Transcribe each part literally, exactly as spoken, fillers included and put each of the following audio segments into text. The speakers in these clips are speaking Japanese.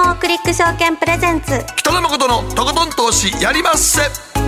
ー クリック証券プレゼンツ北野誠のとことん投資やりまっせ。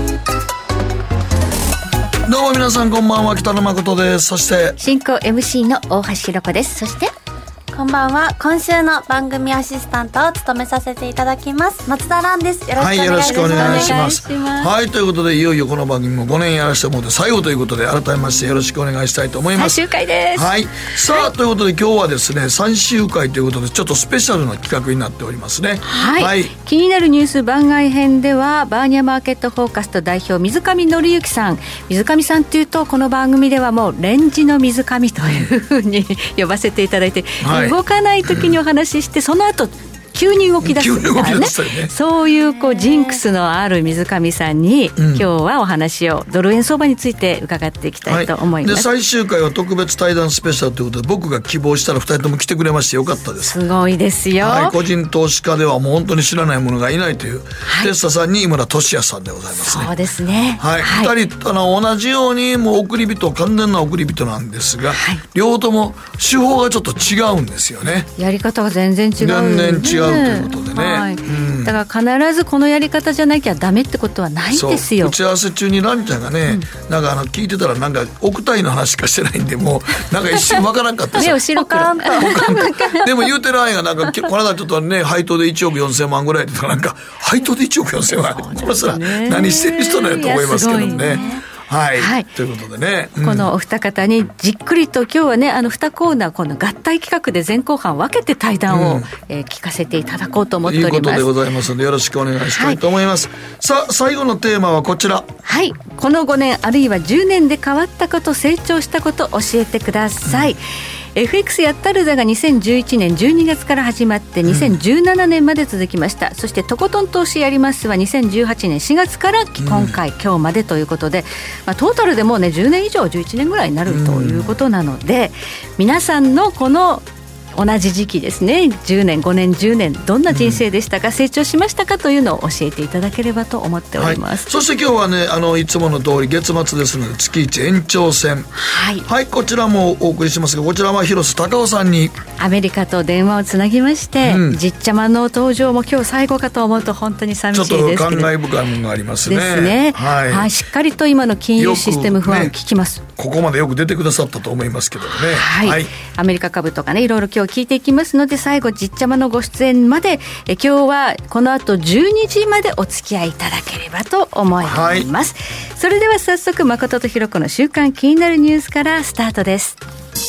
どうも皆さんこんばんは、北野誠です。そして進行 エムシー の大橋ひろ子です。そしてこんばんは、今週の番組アシスタントを務めさせていただきます松田蘭です。よろしくお願いします。はい、よろしくお願いします。 はい、ということでいよいよこの番組もごねんやらせてもらって最後ということで、改めましてよろしくお願いしたいと思います。 最終回です。 はい、さあ、はい、ということで今日はですね最終回ということでちょっとスペシャルな企画になっておりますね。 はい、はい、気になるニュース番外編ではバーニャマーケットフォーカスト代表水上紀之さん。水上さんというとこの番組ではもうレンジの水上というふうに呼ばせていただいて、はい、動かない時にお話しして、その後急に動き出すみたいな ね, ねそういうこうジンクスのある水上さんに、うん、今日はお話をドル円相場について伺っていきたいと思います。 はい、で最終回は特別対談スペシャルということで、僕が希望したらふたりとも来てくれましてよかったです。 すごいですよ。 はい、個人投資家ではもう本当に知らない者がいないという、はい、テッサさんに井村俊也さんでございますね。 そうですね。 はい、はい、ふたりあの同じようにもう送り人、完全な送り人なんですが、はい、両方とも手法がちょっと違うんですよね。 やり方が全然違う、 ね、全然違うということでね。はい、 うん、だから必ずこのやり方じゃなきゃダメってことはないんですよ。 打ち合わせ中にランちゃんがね、うん、なんかあの聞いてたらなんか億単位の話しかしてないんで、もうなんか一瞬わからんかったですよ。 目を白黒でも言うてる間がなんかこの間ちょっとね配当でいちおくよんせんまんぐらいで、なんか配当でいちおくよんせんまん、この人ら何してる人なんやと思いますけどね。はい、はい、ということでね、 うん、このお二方にじっくりと今日はね、あのにコーナーこの合体企画で前後半分けて対談を、うん、えー、聞かせていただこうと思っております。 ということでございますのでよろしくお願いしたいと思います。はい、さあ最後のテーマはこちら。 はい、このごねんあるいはじゅうねんで変わったこと、成長したこと教えてください。うん、エフエックス やったるざがにせんじゅういちねんじゅうにがつから始まってにせんじゅうななねんまで続きました。うん、そしてとことん投資やりますはにせんじゅうはちねんしがつから今回、うん、今日までということで、まあ、トータルでもうねじゅうねん以上じゅういちねんぐらいになるということなので、うん、皆さんのこの同じ時期ですね、じゅうねんごねんじゅうねんどんな人生でしたか、うん、成長しましたかというのを教えていただければと思っております。 はい、そして今日はね、あのいつもの通り月末ですので月いち延長戦、はい、はい、こちらもお送りしますが、こちらは広瀬隆夫さんにアメリカと電話をつなぎまして、うん、じっちゃまの登場も今日最後かと思うと本当に寂しいですけど、 ちょっと感慨深いものがありますね。 ですね、はい、はい、しっかりと今の金融システム不安を聞きます。 ね、ここまでよく出てくださったと思いますけどね。 はい、はい、アメリカ株とかねいろいろ今日聞いていきますので、最後じっちゃまのご出演までえ今日はこの後じゅうにじまでお付き合いいただければと思います。はい、それでは早速誠とひろ子の週刊気になるニュースからスタートです。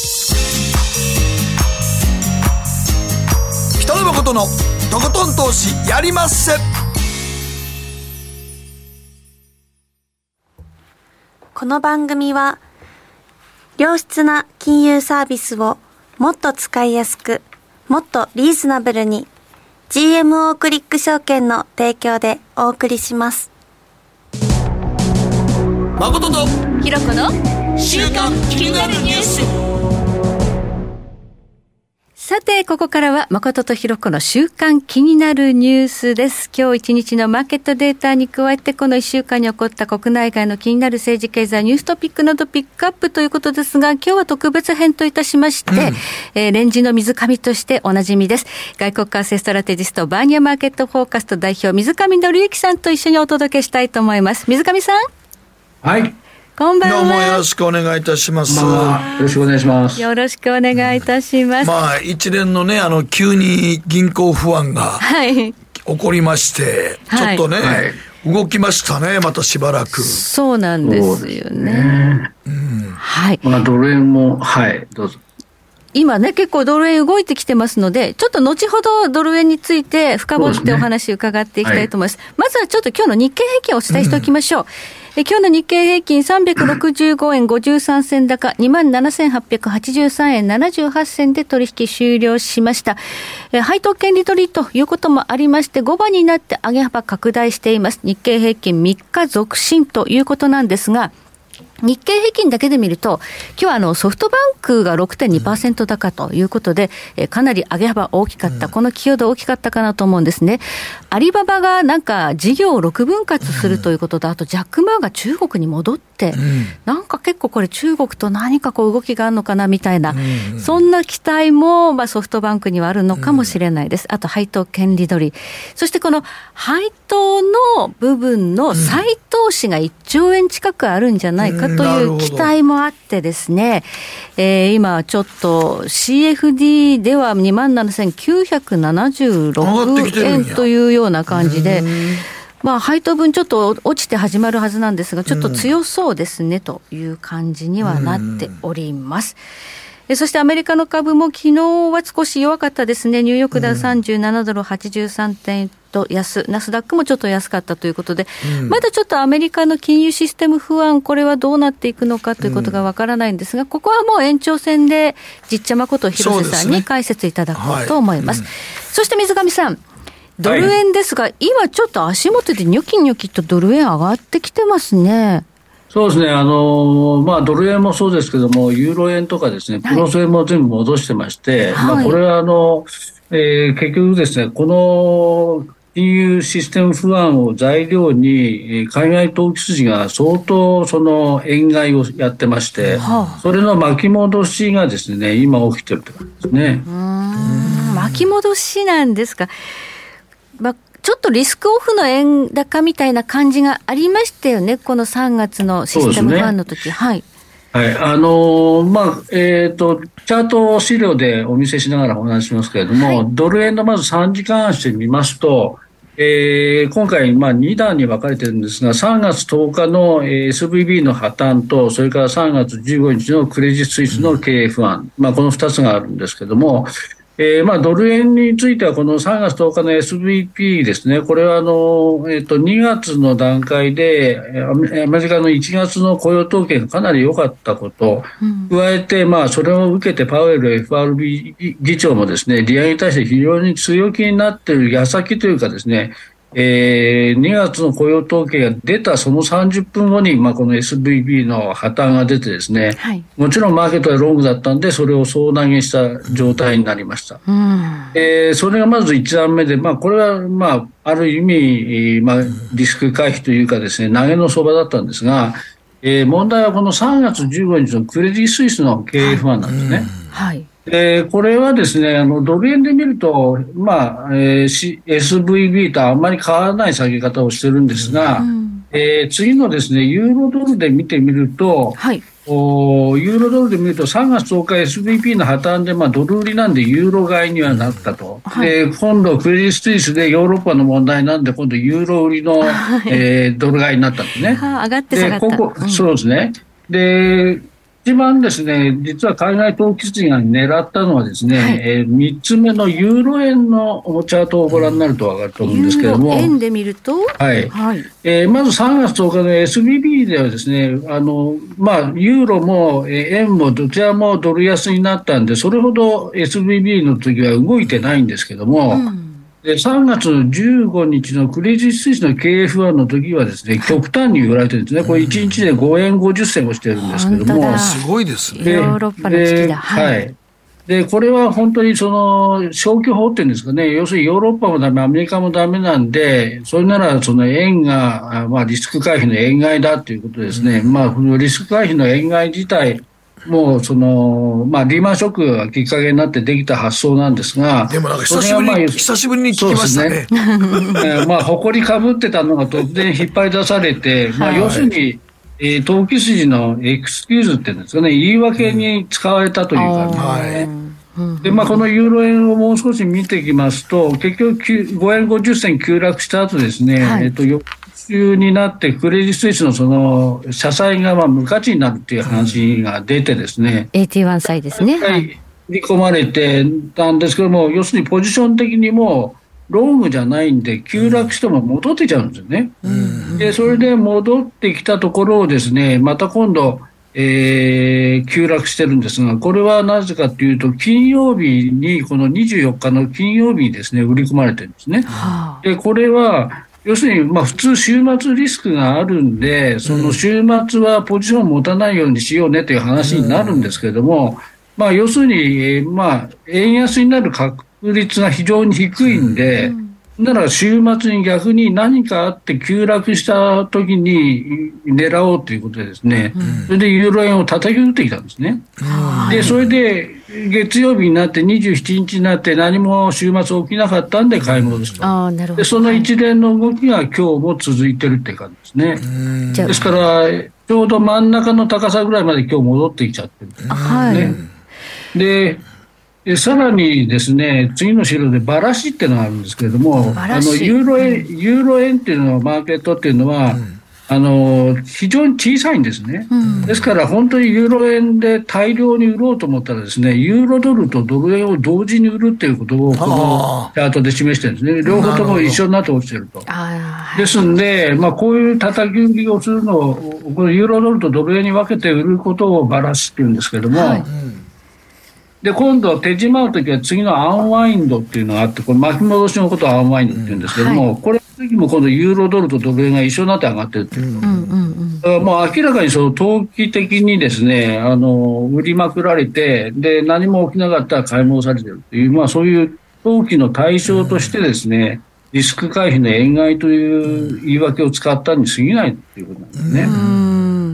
北野誠のとことん投資やりまっせ。 この番組は良質な金融サービスをもっと使いやすく、もっとリーズナブルに ジーエムオー クリック証券の提供でお送りします。 誠とひろ子の週刊気になるニュース。 さてここからは誠とひろ子の週間気になるニュースです。今日一日のマーケットデータに加えてこのいっしゅうかんに起こった国内外の気になる政治経済ニューストピックなどピックアップということですが、今日は特別編といたしまして、うん、えー、レンジの水上としておなじみです。外国為替ストラテジストバーニャマーケットフォーカスト代表水上紀之さんと一緒にお届けしたいと思います。水上さん、 はい、 こんばんは。 どうもよろしくお願いいたします。 まあ、よろしくお願いします。 よろしくお願いいたします。 まあ一連のね、あの急に銀行不安が起こりまして、はい、ちょっとね、はい、動きましたね、またしばらく。 そうなんですよね。 うん、はい。まあドル円も、はい、どうぞ。 今ね結構ドル円動いてきてますので、ちょっと後ほどドル円について深掘ってお話伺っていきたいと思います。はい、まずはちょっと今日の日経平均をお伝えしておきましょう。うん、え今日の日経平均さんびゃくろくじゅうごえんごじゅうさんせん高 にまんななせんはっぴゃくはちじゅうさんえんななじゅうはっせんで取引終了しました。え配当権利取りということもありましてごばになって上げ幅拡大しています。日経平均みっか続伸ということなんですが、 日経平均だけで見ると、今日はあのソフトバンクが ろくてんにパーセント 高ということで、えかなり上げ幅大きかった、この寄与度大きかったかなと思うんですね。アリババがなんか事業をろくぶん割するということと、あとジャック・マーが中国に戻って、なんか結構これ中国と何かこう動きがあるのかなみたいな、そんな期待もまあソフトバンクにはあるのかもしれないです。あと配当権利取り、そしてこの配当の部分の再投資がいっちょうえん近くあるんじゃないかという期待もあってですね、えー、今ちょっと シーエフディー では にまんななせんきゅうひゃくななじゅうろくえんというような感じで、まあ、配当分ちょっと落ちて始まるはずなんですが、ちょっと強そうですねという感じにはなっております。そしてアメリカの株も昨日は少し弱かったですね。ニューヨークダウさんじゅうななドルはちじゅうさんてんと安、ナスダックもちょっと安かったということで、うん、まだちょっとアメリカの金融システム不安、これはどうなっていくのかということがわからないんですが、ここはもう延長戦で実茶誠広瀬さんに解説いただこうと思います。そうですね。はい。うん、そして水上さん、ドル円ですが、はい、今ちょっと足元でニョキニョキとドル円上がってきてますね。 そうですね、あのまあ、ドル円もそうですけども、ユーロ円とかですね、クロス円も全部戻してまして、はい、まあ、これはあの、えー、結局ですね、この金融システム不安を材料に、海外投機筋が相当その円買いをやってまして、はあ、それの巻き戻しがですね、今起きてるということですね。 うーん、巻き戻しなんですか。まあちょっとリスクオフの円高みたいな感じがありましたよね、このさんがつのシステム不安の時、ね、はい。 はい、あのー、まあ、えっと、チャート資料でお見せしながらお話ししますけれども、はい、ドル円のまずさんじかん足で見ますと、えー、今回、まあ、にだんに分かれてるんですが、さんがつとおかの エスブイビー の破綻と、それからさんがつじゅうごにちのクレジットスイスの経営不安、まあ、このふたつがあるんですけども、えーまあ、ドル円についてはこのさんがつとおかの エスブイピー ですね、これはあの、えー、とにがつの段階でアメリカのいちがつの雇用統計がかなり良かったこと、うん、加えて、まあ、それを受けてパウエル エフアールビー 議長もですね、利上げに対して非常に強気になっている矢先というかですね、えー、にがつの雇用統計が出たそのさんじゅっぷんごに、まあ、この エスブイビー の破綻が出てですね、はい、もちろんマーケットはロングだったんで、それを総投げした状態になりました。うん、えー、それがまずいちだんめで、まあ、これは、まあ、ある意味、まあ、リスク回避というかですね、投げの相場だったんですが、えー、問題はこのさんがつじゅうごにちのクレディ・スイスの経営不安なんですね。はい、はいえー、これはですね、あのドル円で見ると、まあえー、エスブイビー とあんまり変わらない下げ方をしてるんですが、うんえー、次のですねユーロドルで見てみると、はい、おユーロドルで見るとさんがつとおか エスブイピー の破綻で、まあ、ドル売りなんでユーロ買いにはなったと、はい、で今度クレディ・スイスでヨーロッパの問題なんで今度ユーロ売りの、はいえー、ドル買いになったんですね。 はあ、上がって下がった。 でここ、うん、そうですね。で一番ですね、実は海外投機筋が狙ったのはですね、はいえー、みっつめのユーロ円のチャートをご覧になると分かると思うんですけれども、 ユーロ円で見ると、 はいはいえー、まずさんがつとおかの エスビービー ではですね、あのまあ、ユーロも円もどちらもドル安になったんで、それほど エスビービー の時は動いてないんですけども、うんでさんがつのじゅうごにちのクレジットスイスの経営不安の時はですね、極端に売られてるんですね。これいちにちでごえんごじゅっせんもしてるんですけども、 すごいですね。 ヨーロッパの危機だ。 はい。でこれは本当にその消去法っていうんですかね、要するにヨーロッパもダメ、アメリカもダメなんで、それならその円がまあリスク回避の円買いだということですね。まあこのリスク回避の円買い自体もうその、まあ、リーマンショックがきっかけになってできた発想なんですが、 でもなんか久しぶりに、まあ、久しぶりに聞きましたね。 ねまあ、誇りかぶってたのが突然引っ張り出されて、まあ、要するに、えー、投機筋のエクスキューズっていうんですかね、言い訳に使われたというか、ね、はいでまあ、このユーロ円をもう少し見ていきますと、結局ごえんごじゅっせん急落した後ですね、はいえーと中になってクレディ・スイスのその社債がまあ無価値になるっていう話が出てですね、 エーティーワン 債ですね、 はい、振り込まれてたんですけども、要するにポジション的にもロングじゃないんで急落しても戻ってちゃうんですよね、うん、でそれで戻ってきたところをですね、また今度えー、急落してるんですが、これはなぜかというと、金曜日にこのにじゅうよっかの金曜日にですね売り込まれてるんですね、はあ、でこれは要するに、まあ、普通週末リスクがあるんで、その週末はポジションを持たないようにしようねという話になるんですけれども、まあ、要するに、まあ、円安になる確率が非常に低いんで、だから週末に逆に何かあって急落した時に狙おうということでですね、それでユーロ円を叩き打ってきたんですね。で、それで月曜日になってにじゅうしちにちになって何も週末起きなかったんで買い戻すと。あ、なるほど。で、その一連の動きが今日も続いてるっていう感じですね。ですからちょうど真ん中の高さぐらいまで今日戻ってきちゃってるんですね。はい。ででさらにですね、次の資料でバラシっていうのがあるんですけれども、あのユーロ円、ユーロ円っていうのはマーケットっていうのは、うん、あの非常に小さいんですね、うん、ですから本当にユーロ円で大量に売ろうと思ったらですね、ユーロドルとドル円を同時に売るっていうことをこのチャートで示してるんですね。両方とも一緒になって落ちてると。ですんで、まあ、こういう叩き売りをするのをこのユーロドルとドル円に分けて売ることをバラシっていうんですけれども、はい、で今度は手締まうときは次のアンワインドっていうのがあって、これ巻き戻しのことをアンワインドっていうんですけども、うんはい、これの時も今度ユーロドルとドル円が一緒になって上がってるっていう、うんうん、だからもう明らかにその投機的にですね、あの売りまくられて、で何も起きなかったら買い戻されてるっていう、まあ、そういう投機の対象としてですね、リスク回避の円買いという言い訳を使ったに過ぎないということなんですね。うん、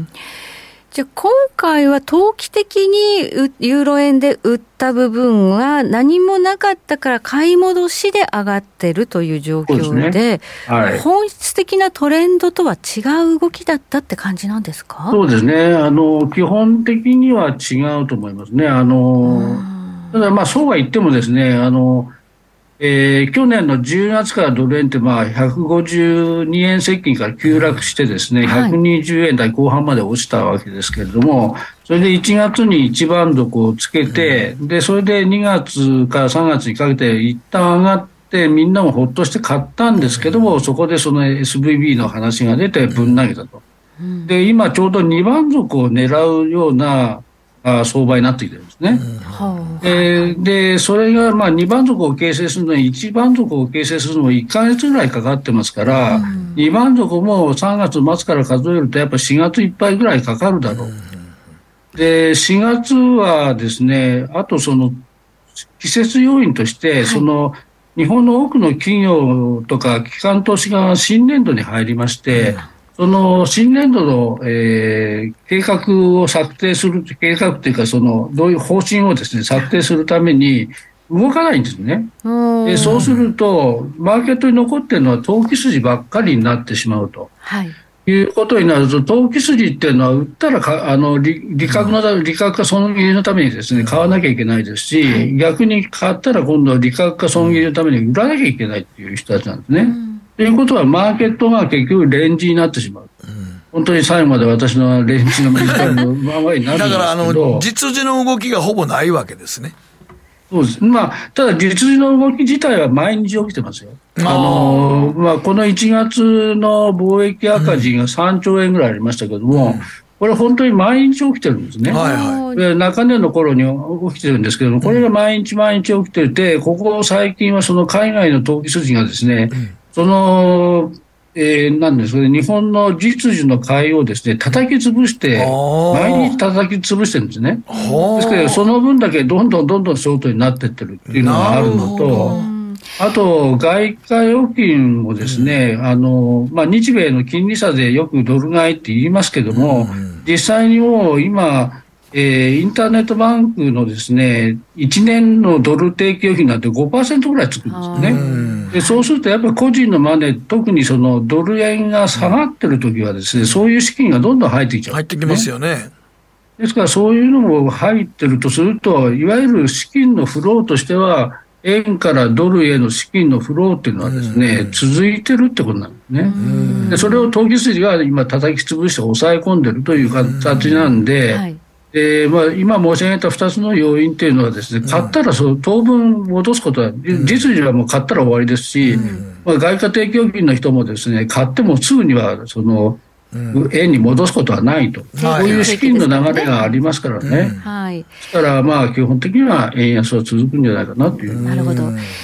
じゃあ今回は投機的にユーロ円で売った部分は何もなかったから買い戻しで上がってるという状況 で, で、ねはい、本質的なトレンドとは違う動きだったって感じなんですか？ そうですね、あの基本的には違うと思いますね。あのただまあそうは言ってもですね、あのえー、去年のじゅうがつからドル円ってまあひゃくごじゅうにえん接近から急落してですね、ひゃくにじゅうえん台後半まで落ちたわけですけれども、それでいちがつに一番底をつけて、でそれでにがつからさんがつにかけて一旦上がってみんなもほっとして買ったんですけども、そこでその エスブイビー の話が出てぶん投げたと。で今ちょうどにばん底を狙うようなあ相場になってきてるんですね。うんえー、でそれがまあにばん底を形成するのにいちばん底を形成するのもいっかげつぐらいかかってますから、うん、にばん底もさんがつ末から数えるとやっぱしがついっぱいぐらいかかるだろう。うん、でしがつはですね、あとその季節要因として、はい、その日本の多くの企業とか機関投資が新年度に入りまして、うんその新年度の、えー、計画を策定する計画というかそのどういう方針をですね策定するために動かないんですね。でそうするとマーケットに残っているのは投機筋ばっかりになってしまうと、はい、いうことになると、投機筋っていうのは売ったらかあの 利, 利確の利確か損切りのためにですね買わなきゃいけないですし、はい、逆に買ったら今度は利確か損切りのために売らなきゃいけないっていう人たちなんですね。ということはマーケットが結局レンジになってしまう、うん、本当に最後まで私のレンジのままになるんですけどだからあの実需の動きがほぼないわけですね。 そうです、まあ、ただ実需の動き自体は毎日起きてますよ。あの、まあ、このいちがつの貿易赤字がさんちょうえんぐらいありましたけども、うん、これ本当に毎日起きてるんですね、はいはい、で中年の頃に起きてるんですけども、これが毎日毎日起きてて、ここ最近はその海外の投機筋がですね、うんその、えー、なんですかね、日本の実需の買いをですね、叩き潰して、毎日叩き潰してるんですね。ですけど、その分だけどんどんどんどんショートになってってるっていうのがあるのと、あと、外貨預金もですね、うん、あの、まあ、日米の金利差でよくドル買いって言いますけども、うん、実際にもう今、えー、インターネットバンクのですね、いちねんのドル定期預金なんて ごパーセント ぐらいつくんですよね。でそうするとやっぱり個人のマネー、特にそのドル円が下がってるときはですね、そういう資金がどんどん入ってきちゃう、ね。 入ってきますよね。 ですからそういうのも入ってるとすると、いわゆる資金のフローとしては、円からドルへの資金のフローっていうのはですね、続いてるってことなんですね。でそれを投機筋が今叩き潰して抑え込んでるという形なんで、はいえーまあ、今申し上げたふたつの要因というのはですね、買ったらその当分戻すことは、実需はもう買ったら終わりですし、まあ、外貨提供金の人もですね、買ってもすぐにはその円に戻すことはないと、こういう資金の流れがありますからね。はい、だからまあ基本的には円安は続くんじゃないかなという。 なるほど。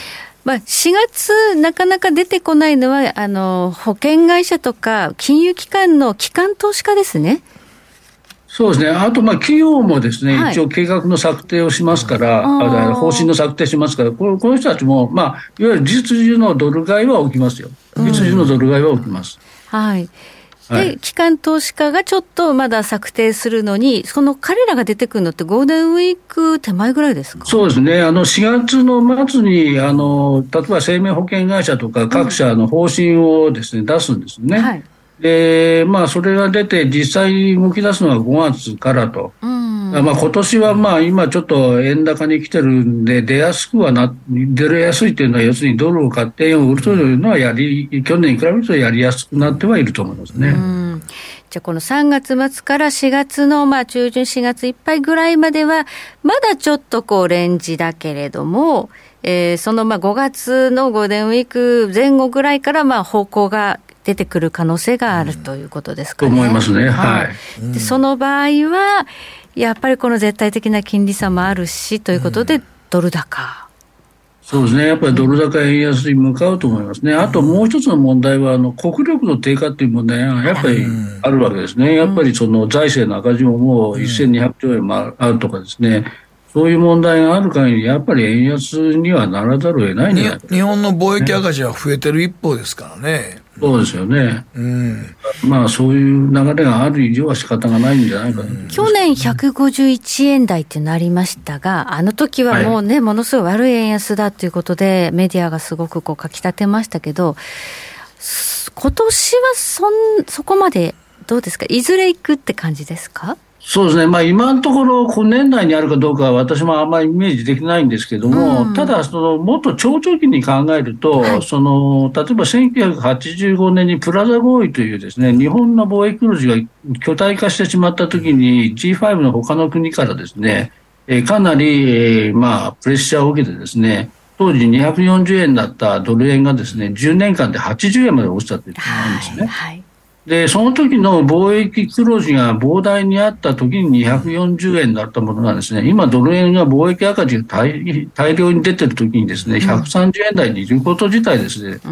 まあ、しがつなかなか出てこないのはあの保険会社とか金融機関の機関投資家ですね。 そうですね。あと、まあ、企業もですね、 はい、 一応計画の策定をしますから、あ方針の策定しますから、この、この人たちも、まあ、いわゆる実需のドル買いは起きますよ。実需のドル買いは起きます。 うん、はい。で、 はい、 機関投資家がちょっとまだ策定するのに、その彼らが出てくるのってゴールデンウィーク手前ぐらいですか？ そうですね。あのしがつの末にあの例えば生命保険会社とか各社の方針をですね、うん、出すんですね。はい、で、まあ、それが出て実際に動き出すのはごがつからと。うん、まあ、今年はまあ今ちょっと円高に来てるんで出やすくはな出やすいというのは要するにドルを買って円を売るというのはやり去年に比べるとやりやすくなってはいると思いますね。うん、 じゃあこのさんがつ末からしがつのまあ中旬しがついっぱいぐらいまではまだちょっとこうレンジだけれども、えー、そのまあごがつのゴールデンウィーク前後ぐらいからまあ方向が出てくる可能性があるということですかね。 と思いますね。はい。 でその場合はやっぱりこの絶対的な金利差もあるしということで、うん、ドル高。 そうですね。やっぱりドル高円安に向かうと思いますね。あともう一つの問題はあの国力の低下という問題がやっぱりあるわけですね。やっぱりその財政の赤字ももうせんにひゃくちょうえんもあるとかですね。そういう問題がある限りやっぱり円安にはならざるを得ないんじゃないか。 日本の貿易赤字は増えてる一方ですからね。 そうですよね。うん、まあそういう流れがある以上は仕方がないんじゃないかな、うん、 去年ひゃくごじゅういちえん台ってなりましたが、あの時はもうね、はい、ものすごい悪い円安だということでメディアがすごくこう書き立てましたけど、今年はそんそこまでどうですか？いずれ行くって感じですか？ そうですね、まあ、今のところ今年内にあるかどうかは私もあんまりイメージできないんですけども、うん、ただそのもっと長長期に考えると、はい、その例えばせんきゅうひゃくはちじゅうごねんにプラザ合意というですね、日本の貿易黒字が巨大化してしまったときに ジーファイブ の他の国からですね、えー、かなり、えーまあ、プレッシャーを受けてですね、当時にひゃくよんじゅうえんだったドル円がですねじゅうねんかんではちじゅうえんまで落ちたということなんですね。はいはい、でその時の貿易黒字が膨大にあった時ににひゃくよんじゅうえんだったものがですね、今ドル円が貿易赤字が 大, 大量に出てる時にですね、ひゃくさんじゅうえん台にいること自体ですね、うん、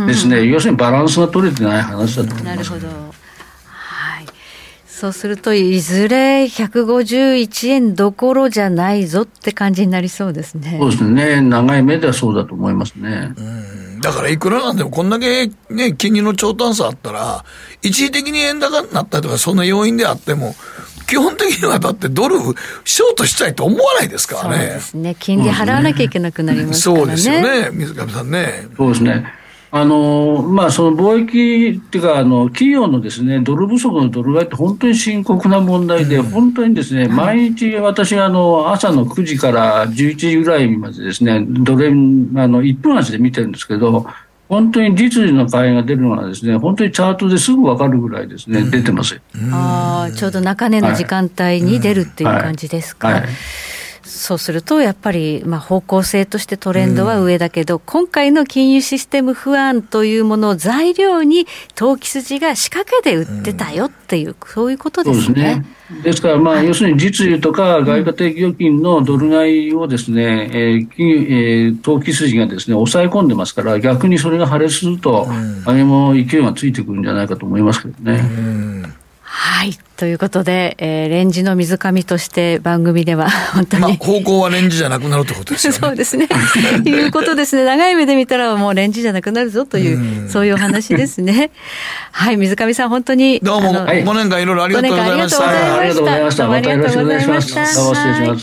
ですね、要するにバランスが取れてない話だと思います。 なるほど。はい。そうするといずれひゃくごじゅういちえんどころじゃないぞって感じになりそうですね。 そうですね。長い目ではそうだと思いますね。 うん、だからいくらなんでもこんだけね金利の長短差あったら一時的に円高になったりとかそんな要因であっても基本的にはだってドルショートしたいと思わないですからね。 そうですね。金利払わなきゃいけなくなりますからね。 そうですよね、水上さんね。 そうですね。あのまあ、その貿易っていうかあの企業のですねドル不足のドル買いって本当に深刻な問題で、うん、本当にですね毎日私があの朝のくじからじゅういちじぐらいまでですねドル円あのいっぷん足で見てるんですけど、本当に実需の買いが出るのはですね本当にチャートですぐ分かるぐらいですね、うん、出てます。 あちょうど中値の時間帯に出るっていう感じですか。はいはいはい、そうするとやっぱり、まあ、方向性としてトレンドは上だけど、うん、今回の金融システム不安というものを材料に投機筋が仕掛けで売ってたよっていう、うん、そういうことですね。そうですね。 ですから、まあ、要するに実需とか外貨定期預金のドル買いをですね、えーえー、投機筋がですね抑え込んでますから、逆にそれが破裂すると、うん、上げも勢いがついてくるんじゃないかと思いますけどね。うんはい。ということで、えー、レンジの水上として番組では本当に、まあ、 方向はレンジじゃなくなるってことですよね。 そうですね。いうことですね。長い目で見たらもうレンジじゃなくなるぞという、うそういうお話ですね。はい。水上さん本当にどうもごねんかんいろいろありがとうございました。 ありがとうございました。またよろしくお願いします。どうも失礼します。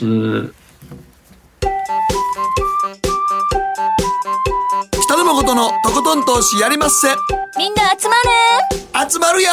北野誠のとことん投資やりまっせ。 みんな集まる集まるよ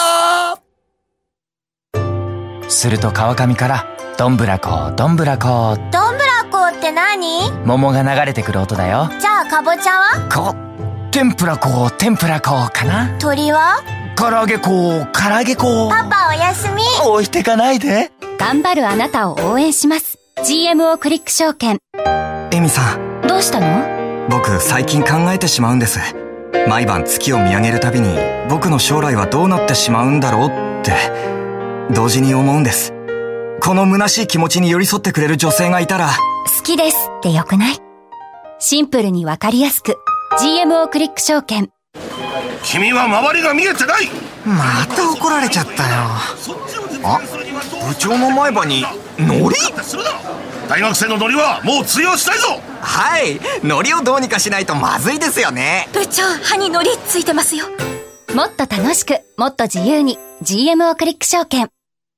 すると川上からどんぶらこどんぶらこ。 どんぶらこって何？ 桃が流れてくる音だよ。 じゃあかぼちゃは？ こ天ぷらこ天ぷらこかな。 鳥は？ 唐揚げこ唐揚げこ。 パパおやすみ。 置いてかないで。 頑張るあなたを応援します。 ジーエムオー クリック証券。 エミさんどうしたの？ 僕最近考えてしまうんです。毎晩月を見上げるたびに僕の将来はどうなってしまうんだろうって同時に思うんです。この虚しい気持ちに寄り添ってくれる女性がいたら。 好きですってよくない？ シンプルにわかりやすく ジーエムオー クリック証券。 君は周りが見えてない。 また怒られちゃったよ。あ、部長の前歯にノリ？ 大学生のノリはもう通用したいぞ。 はい、ノリをどうにかしないとまずいですよね。 部長、歯にノリついてますよ。もっと楽しく、もっと自由に ジーエムオー クリック証券。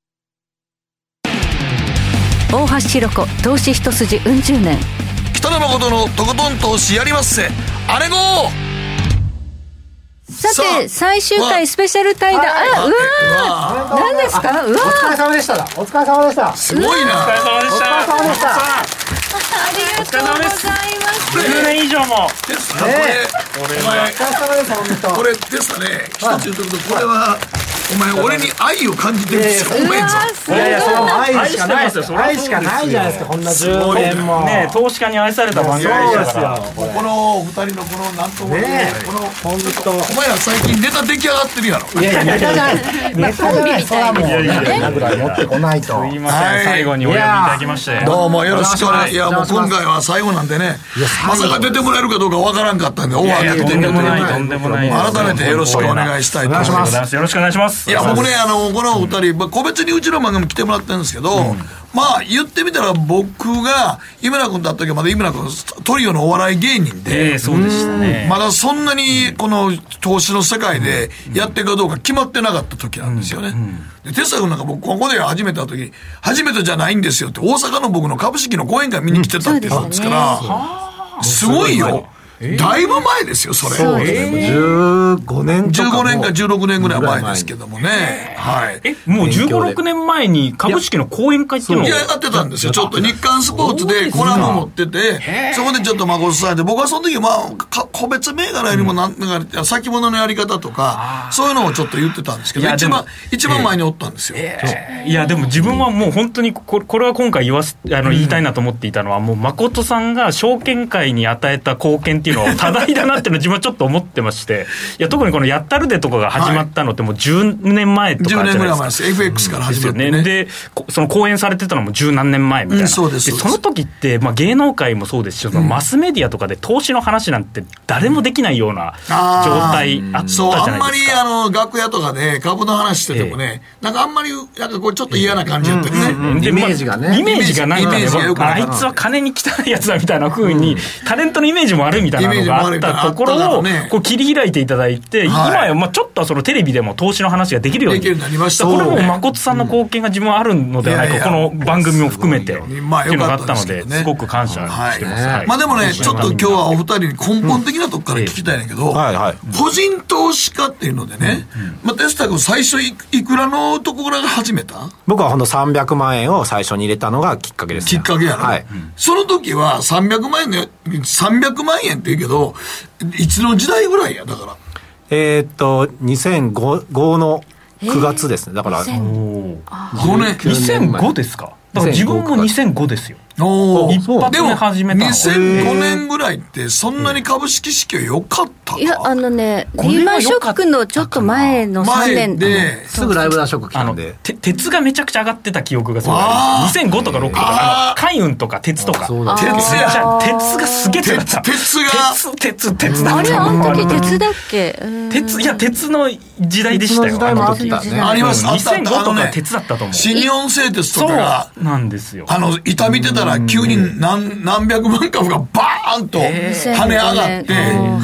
大橋ひろ子投資一筋うん十年。 北野誠のとことん投資やりまっせ。あれごー。 さて最終回スペシャル対談、あ、うわー、何ですか。うわー、 お疲れ様でした。お疲れ様でした。 すごいな。お疲れ様でした。お疲れ様でした。 ありがとうございます。 じゅうねん以上もテスタ、これお前お疲れ様です。これテスタね、一つ言うとくと、これはお前俺に愛を感じてるんですよ。お前さ、 いやいや、その愛しかないですよ。愛しかないじゃないですか。こんなじゅうねんもね、投資家に愛された番組ですから。 この二人のこのなんともね、この本当お前ら最近ネタ出来上がってるやろ。 いやいや、ネタじゃない。ネタじゃない。そらもうね、ぐらい持ってこないと。すいません、最後にお呼びいただきまして。 どうもよろしくお願いします。いやもう今回は最後なんでね、まさか出てもらえるかどうかわからんかったんで、オファーかけてみると改めてよろしくお願いしたいと思います。 よろしくお願いします。 いや僕ね、あのこのお二人、まあ、個別にうちの番組来てもらってるんですけど、うん、まあ言ってみたら僕が井村君と会った時はまだ井村君トリオのお笑い芸人で、 えー、そうでしたね。 まだそんなにこの投資の世界でやっていくかどうか決まってなかった時なんですよね、うんうん、でテスタ君なんか僕ここで始めた時初めてじゃないんですよって大阪の僕の株式の講演会見に来てたって言うんですから、うん、すごいよ。だいぶ前ですよ、それ。 そうですね。じゅうごねんじゅうごねんかじゅうろくねんぐらい前ですけどもね。はい。 え、もうじゅうご、ろくねんまえに株式の講演会っていうのを。 いや、やってたんですよ。ちょっと日刊スポーツでコラム持ってて、そこでちょっと誠さんで、僕はその時、まあ、個別銘柄よりもなんか、先物のやり方とか、そういうのをちょっと言ってたんですけど、一番、一番前におったんですよ。 いや、でも自分はもう本当に、これは今回言わす、あの、言いたいなと思っていたのは、もう誠さんが証券界に与えた貢献っていうのを多大だなっていうのを自分はちょっと思ってまして、いや特にこのやったるでとかが始まったのってもうじゅうねんまえとかじゃないですか。じゅうねんぐらい前です。 エフエックス から始まってね。 で、 その講演されてたのも十何年前みたいな、うん、 そうです。 でその時って、まあ、芸能界もそうですし、そのマスメディアとかで投資の話なんて誰もできないような状態あったじゃないですか。 そう、あんまりあの楽屋とかで株の話しててもね、えー、なんかあんまりなんかこうちょっと嫌な感じだったよね、うんうんうん、 イメージがね、イメージがなんかね、あいつは金に汚いやつだみたいな風に、うん、タレントのイメージも悪いみたいなのがあったところをこう切り開いていただいて、はい、今やまあちょっとそのテレビでも投資の話ができるようにできるようになりました。 これも誠さんの貢献が自分はあるのではないか、うん、この番組も含めてっていうのがあったので、すごく感謝してます、はいはい、 まあでもね、ちょっと今日はお二人に根本的なとこから聞きたいんだけど、うんはいはい、個人投資家っていうのでね、うんうんまあ、テスタ君最初 い, いくらのところから始めた？ 僕はほんとさんびゃくまんえんを最初に入れたのがきっかけです、ね、 きっかけやろ、はい、その時はさんびゃくまんえんね、さんびゃくまんえんって言うけどいつの時代ぐらいやだから。 えー、っとにせんごのくがつですね。だからごねんにせんごですか。だから自分もにせんごですよ。 お一発目始めたの。 でもにせんごねんぐらいってそんなに株式市況良かったか。 いやあのねリーマンショックのちょっと前のさんねんですぐライブダーショック来たんで、 鉄がめちゃくちゃ上がってた記憶がすごいあります。にせんごとかろくとか海運とか鉄とか、 鉄や鉄がすげえ強かった。 鉄が鉄鉄鉄だった。 あれあの時鉄だっけ。 鉄いや鉄の時代でしたよ。 あの時あります。 にせんごとか鉄だったと思う。 新日本製鉄とかがそうなんですよ。 あの板見てたら急に何何百万株がバーンと跳ね上がって、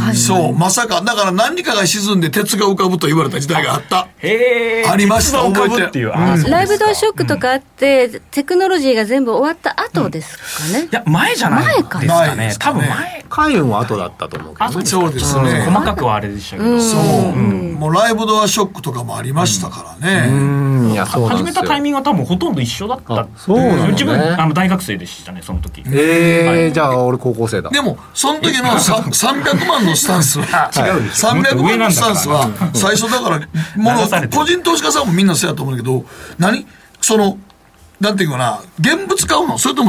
そうまさかだから何かが沈んで鉄が浮かぶと言われた時代があった。 へー、 ありました。覚えてる。 ライブダーショックとかあってテクノロジーが全部終わった後ですかね。 いや前じゃないですかね。多分前。 海運は後だったと思うけどね。 そうですね。 細かくはあれでしたけど。 そうもうライブドアショックとかもありましたからね。 うんいやそうなんですよ。 始めたタイミングは多分ほとんど一緒だった。 そうなんですね。 自分あの大学生でしたねその時。 えー、はい、じゃあ俺高校生だ。 でもその時のさんびゃくまんのスタンスは違うでしょ。さんびゃくまんのスタンスは最初だからもう個人投資家さんもみんなそうやと思うんだけど、何そのなんていうかな現物買うのそれとも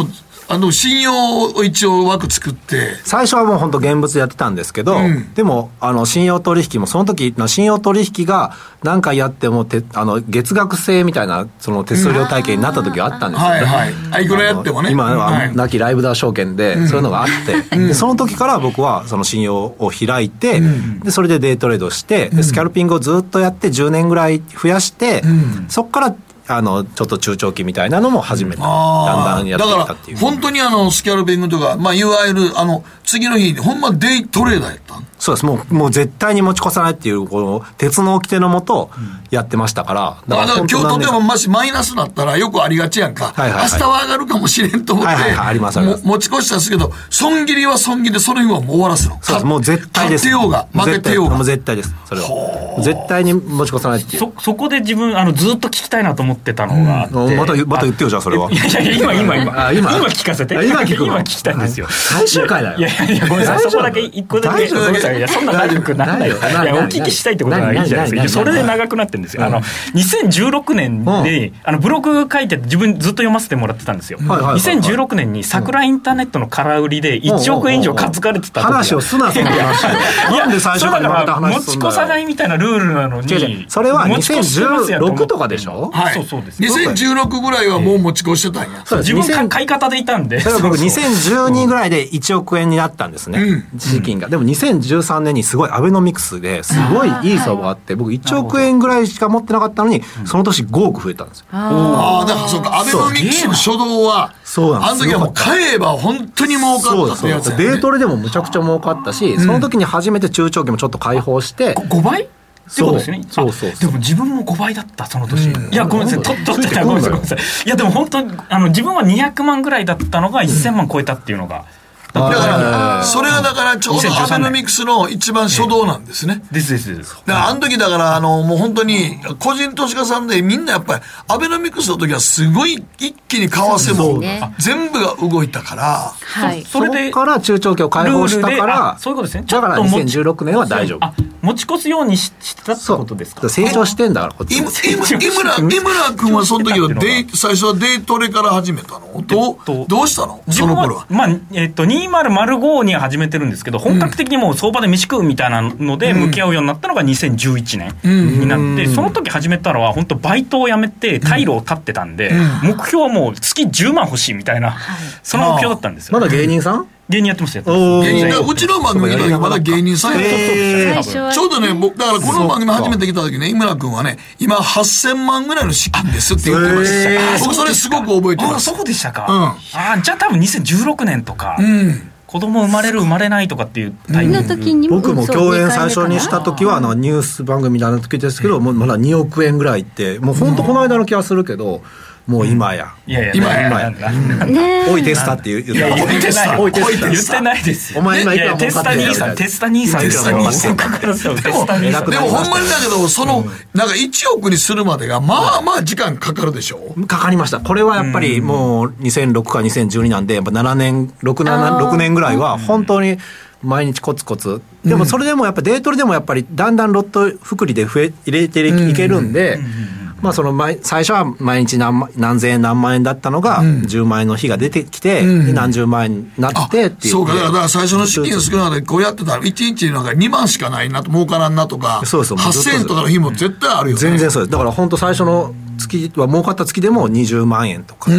あの信用を一応枠作って最初はもう本当現物やってたんですけど、うん、でもあの信用取引もその時の信用取引が何回やってもてあの月額制みたいなその手数料体系になった時はあったんですよね、うん、はいはい、いくらやってもね、今は、はい、亡きライブダー証券でそういうのがあって、うん、でその時から僕はその信用を開いて、うん、でそれでデイトレードして、うん、スキャルピングをずっとやってじゅうねんぐらい増やして、うん、そこからあのちょっと中長期みたいなのも始めた、だんだんやってきたっていう。 だから本当にあのスキャルピングとか、まあ、いわゆるあの次の日にほんまデイトレーダーやったん。 そうです。もうもう絶対に持ち越さないっていうこの鉄の掟のもとやってましたから、 だから今日とてももしマイナスになったらよくありがちやんか、はいはいはい、明日は上がるかもしれんと思って、はいはいはい、ありますあります。持ち越したんですけど、損切りは損切りでその日はもう終わらすの。 そうです。もう絶対です。 勝ってようが負けてようがもう絶対です。それは絶対に持ち越さないっていう。 そ, そこで自分あのずっと聞きたいなと思ってたのがあって、 うん、またまた言ってよじゃあそれは。 いやいや今今今あ 今, 今聞かせて。 今聞く今聞きたいんですよ。 最終回だよ。 いやいやいやごめんなさい、そこだけ一個だけ。ごめんなさい、いやそんな長くならないよ。いやお聞きしたいってことはいいじゃないですか。それで長くなってるんですよ。あのにせんじゅうろくねんであのブログ書いて自分ずっと読ませてもらってたんですよ。にせんじゅうろくねんに桜インターネットの空売りでいちおくえん以上担がれてた時。 話をすなその話。なんで最初からまた話すんだよ。 持ち越さないみたいなルールなのに。 それはにせんじゅうろくとかでしょ。 はい。 そうそうです。 にせんじゅうろくぐらいはもう持ち越してたんや。 自分買い方でいたんで。 それは僕にせんじゅうにぐらいでいちおくえんになったんですね。資金が。でもにせんじゅうさんねんにすごいアベノミクスですごいいい相場があって、僕いちおくえんぐらいしか持ってなかったのにその年ごおく増えたんですよ。 ああ、だからそうか、アベノミクスの初動はそうなんです。あの時はもう買えば本当に儲かったってやつやね。 デイトレでもむちゃくちゃ儲かったし、その時に初めて中長期もちょっと解放して、 ごばいそうですね。 そうそうそう。 でも自分もごばいだったその年。いやごめんなさい。取ってたごめんなさいごめんなさい。いやでも本当にあの自分はにひゃくまんぐらいだったのがせんまん超えたっていうのが。 だからそれがだからちょうどアベノミクスの一番初動なんですね。 ですですです。 だからあの時だからあのもう本当に個人投資家さんでみんなやっぱりアベノミクスの時はすごい一気に為替も全部が動いたから、 はい、それでそこから中長期を解放したからそういうことですね。 だからにせんじゅうろくねんは大丈夫。 あ、持ち越すようにしたってことですか。 成長してんだからこっち。 井村井村君はその時はデイ最初はデイトレから始めたの。どうどうしたのその頃は。 まあえっとにせんごには始めてるんですけど、本格的にもう相場で飯食うみたいなので向き合うようになったのがにせんじゅういちねんになって、その時始めたのは本当バイトを辞めて退路を立ってたんで、目標はもう月じゅうまん欲しいみたいな、その目標だったんですよ。 まだ芸人さん芸人やってますやってます。 芸人だうちの番組でまだ芸人さんやってます。ちょうどね僕だからこの番組始めてきた時ね、井村君はね今はっせんまんぐらいの資金ですって言ってました。僕それすごく覚えてます。 あ、そうでしたか。あ、じゃあ多分にせんじゅうろくねんとか。子供生まれる生まれないとかっていうタイミング。 僕も共演最初にした時はあのニュース番組みたいな時ですけど、もうまだにおくえんぐらいってもう本当この間の気がするけど。もう今や、 いやいや今や今やおいテスタって言ってた。 おいテスタおいテスタ言ってないですよ。 お前今いくらテスタ兄さんテスタ兄さんですよ。でもでもほんまにだけどそのなんかいちおくにするまでがまあまあ時間かかるでしょ。 かかりました。これはやっぱりもうにせんろくかにせんじゅうになんでやっぱななねんろくねんぐらいは本当に毎日コツコツ。でもそれでもやっぱデイトレでもやっぱりだんだんロット複利で増え入れていけるんで。まあ、その毎最初は毎日 何, 何千円何万円だったのがじゅうまん円の日が出てきて、うん、何十万円になってっていう。 そうか、だから最初の資金少ないでこうやってたらいちにちなんかにまんしかないなと儲からんなとか、そうそうはっせんえんとかの日も絶対あるよね。 全然そうです。だから本当最初の月は儲かった月でもにじゅうまんえんとか、うん、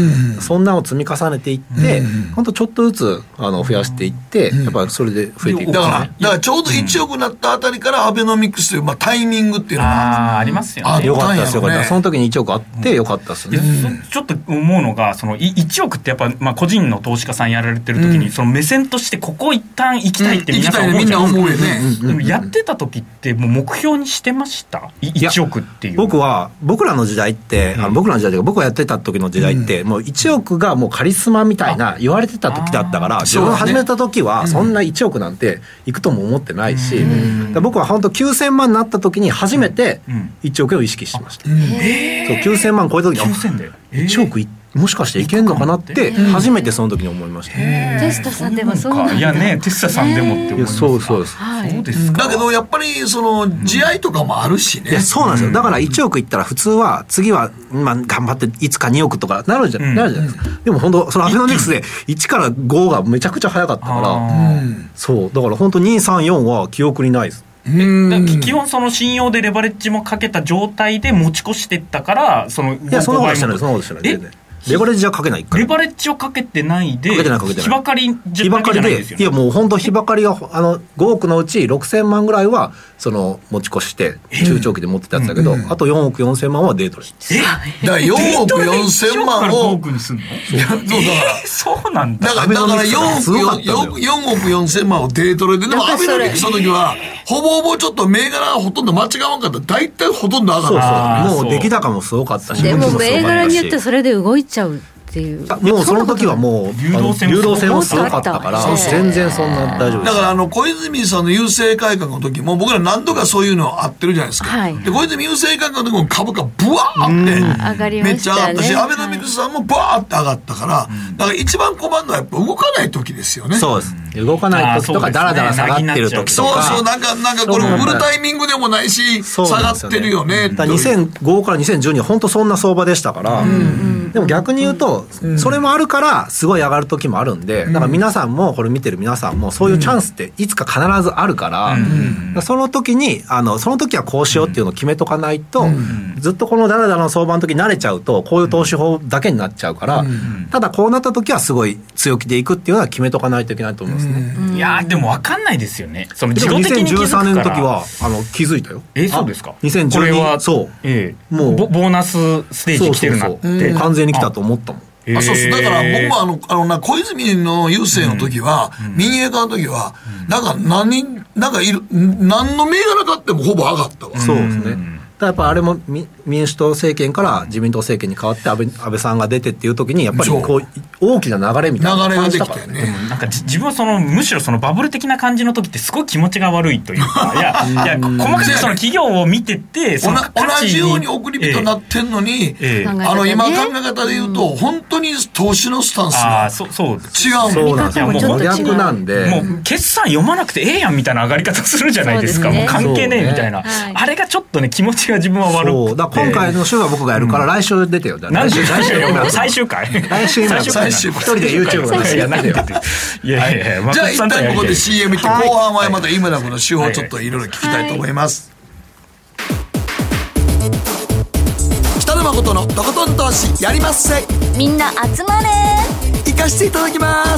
そんなのを積み重ねていって、うん、本当ちょっとずつあの増やしていって、うん、やっぱりそれで増えていく、ね、 だからだからちょうどいちおくになったあたりからアベノミクスという、まあ、タイミングっていうのがあ, ありますよね。 あよかったですよかった。その時にいちおくあってよかったですね、 うん、ちょっと思うのがそのいちおくってやっぱ、まあ、個人の投資家さんやられてる時に、うん、その目線としてここ一旦行きたいって皆さん思うじゃないですか。でもやってた時ってもう目標にしてましたいちおくっていう。 僕は僕らの時代って、うん、あの僕らの時代僕がやってた時の時代って、うん、もういちおくがもうカリスマみたいな言われてた時だったから、自分が始めた時はそんないちおくなんていくとも思ってないし、うん、僕は本当きゅうせんまんになった時に初めていちおくを意識してました、うん、そうきゅうせんまん超えた時はきゅうせんでいちおくいもしかしていけんのかなって初めてその時に思いました、 ね、テスタさんでもそうなんです、 いやねテスタさんでもって思います。 そうそうです、 はい、 そうですか。だけどやっぱりその地合いとかもあるしね。 いやそうなんですよ。だからいちおくいったら普通は次はまあ頑張っていつかにおくとかなるじゃ、うん、なるじゃないですか。でも本当そのアベノミクスでいちからごがめちゃくちゃ早かったから、うん、そうだから本当に、さん、よんは記憶にないです。 え基本その信用でレバレッジもかけた状態で持ち越していったからそのいやそんなことしてないそんなことしてない全然レバレッジはかけないからレバレッジをかけてないでかけてないかけてない日ばかりじゃないですよね。 いやもう本当日ばかりがあのごおくのうちろくせんまんぐらいはその持ち越して中長期で持ってたやつだけど、うんうん、あとよんおくよんせんまんはデートでえだからよんおくよんせんまんをごおくにすんの。いやそうだから、えー、そうなんだ。 だからだからよんおくよんせんまんをデートででもアベノミクスの時はほぼほぼちょっと銘柄がほとんど間違わんかったら大体ほとんど上がった。そうそうもう出来高もすごかったしでも銘柄によってそれで動いちゃうっていうもうその時はもう流動性もすごかったから全然そんな大丈夫です。 だからあの小泉さんの郵政改革の時も僕ら何度かそういうのあってるじゃないですか、はい、で小泉郵政改革の時も株価ブワーってめっちゃ上がったし、アベノミクスさんもバーって上がったから、だから一番困るのはやっぱ動かない時ですよね。 そうです動かない時とかダラダラ下がってる時とかそうそうなんかなんかこれ売るタイミングでもないし下がってるよね。 だからにせんごからにせんじゅうには本当そんな相場でしたから、うんうん、でも逆に言うとそれもあるからすごい上がる時もあるんで、だから皆さんもこれ見てる皆さんもそういうチャンスっていつか必ずあるから、うん、その時にあのその時はこうしようっていうのを決めとかないと、うん、ずっとこのダラダラの相場の時慣れちゃうとこういう投資法だけになっちゃうから、うん、ただこうなった時はすごい強気でいくっていうのは決めとかないといけないと思いますね、 うん、いやでも分かんないですよね。その自動的に気づくから。でもにせんじゅうさんねんの時はあの気づいたよ。 えそうですか。 にせんじゅうにこれはそう、 えー、もう ボ, ボーナスステージ来てるなってそうそうそう、 うん、完全に来たと思ったもん。 あそうそうだから僕もあのあのな小泉の郵政の時は、うん、民営化の時は、うん、なんか何なんかいる何の銘柄買ってもほぼ上がったわ。 そうですね。だやっぱあれも民主党政権から自民党政権に変わって安倍、安倍さんが出てっていう時にやっぱりこう大きな流れみたいな感じだから、ね、 流れができたよね。 なんか自分はそのむしろそのバブル的な感じの時ってすごい気持ちが悪いというかいやいや細かくその企業を見ててその同じように送り人になってんのに、えーえー、あの今考え方で言うと、うん、本当に投資のスタンスが違うそうなんですよ。もう真逆なんでもう決算読まなくてええやんみたいな上がり方するじゃないですか。もう関係ねえみたいな、ねはい、あれがちょっとね気持ちが自分は悪くだ今回の週は僕がやるから来週出てよ。 来週来週最終回来週最終回一人で YouTube の話やっててよ。 いやいやいやじゃあ一旦ここで シーエム 行って後半はまた今田君の手法をちょっといろいろ聞きたいと思います。北野誠のとことん投資やりまっせ。 みんな集まれ行かしていただきます。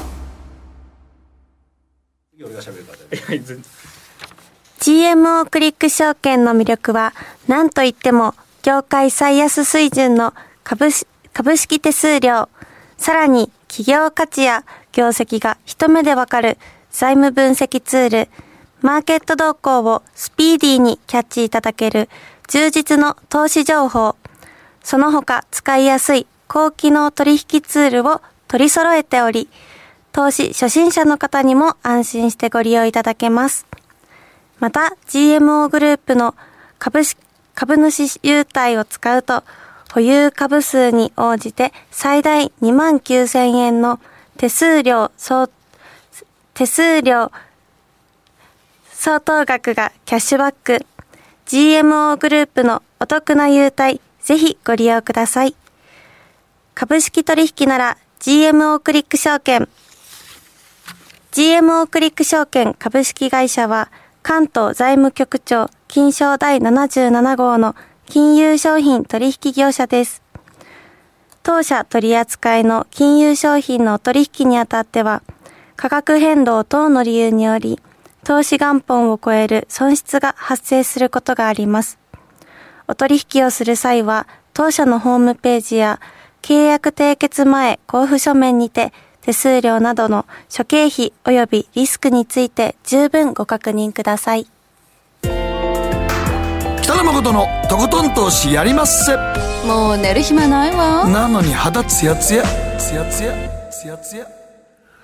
ジーエムオー クリック証券の魅力は何といっても業界最安水準の 株, 株式手数料、さらに企業価値や業績が一目でわかる財務分析ツール、マーケット動向をスピーディーにキャッチいただける充実の投資情報、その他使いやすい高機能取引ツールを取り揃えており、投資初心者の方にも安心してご利用いただけます。また ジーエムオー グループの 株, 株主優待を使うと保有株数に応じて最大にまんきゅうせんえんの手数料相手数料相当額がキャッシュバック。 ジーエムオー グループのお得な優待、ぜひご利用ください。株式取引なら ジーエムオー クリック証券。 ジーエムオー クリック証券株式会社は関東財務局長金商第ななじゅうなな号の金融商品取引業者です。当社取扱いの金融商品の取引にあたっては、価格変動等の理由により、投資元本を超える損失が発生することがあります。お取引をする際は、当社のホームページや契約締結前交付書面にて、手数料などの諸経費及びリスクについて十分ご確認ください。 北野誠のとことん投資やりまっせ。 もう寝る暇ないわ。 なのに肌ツヤツヤツヤツヤツヤツヤ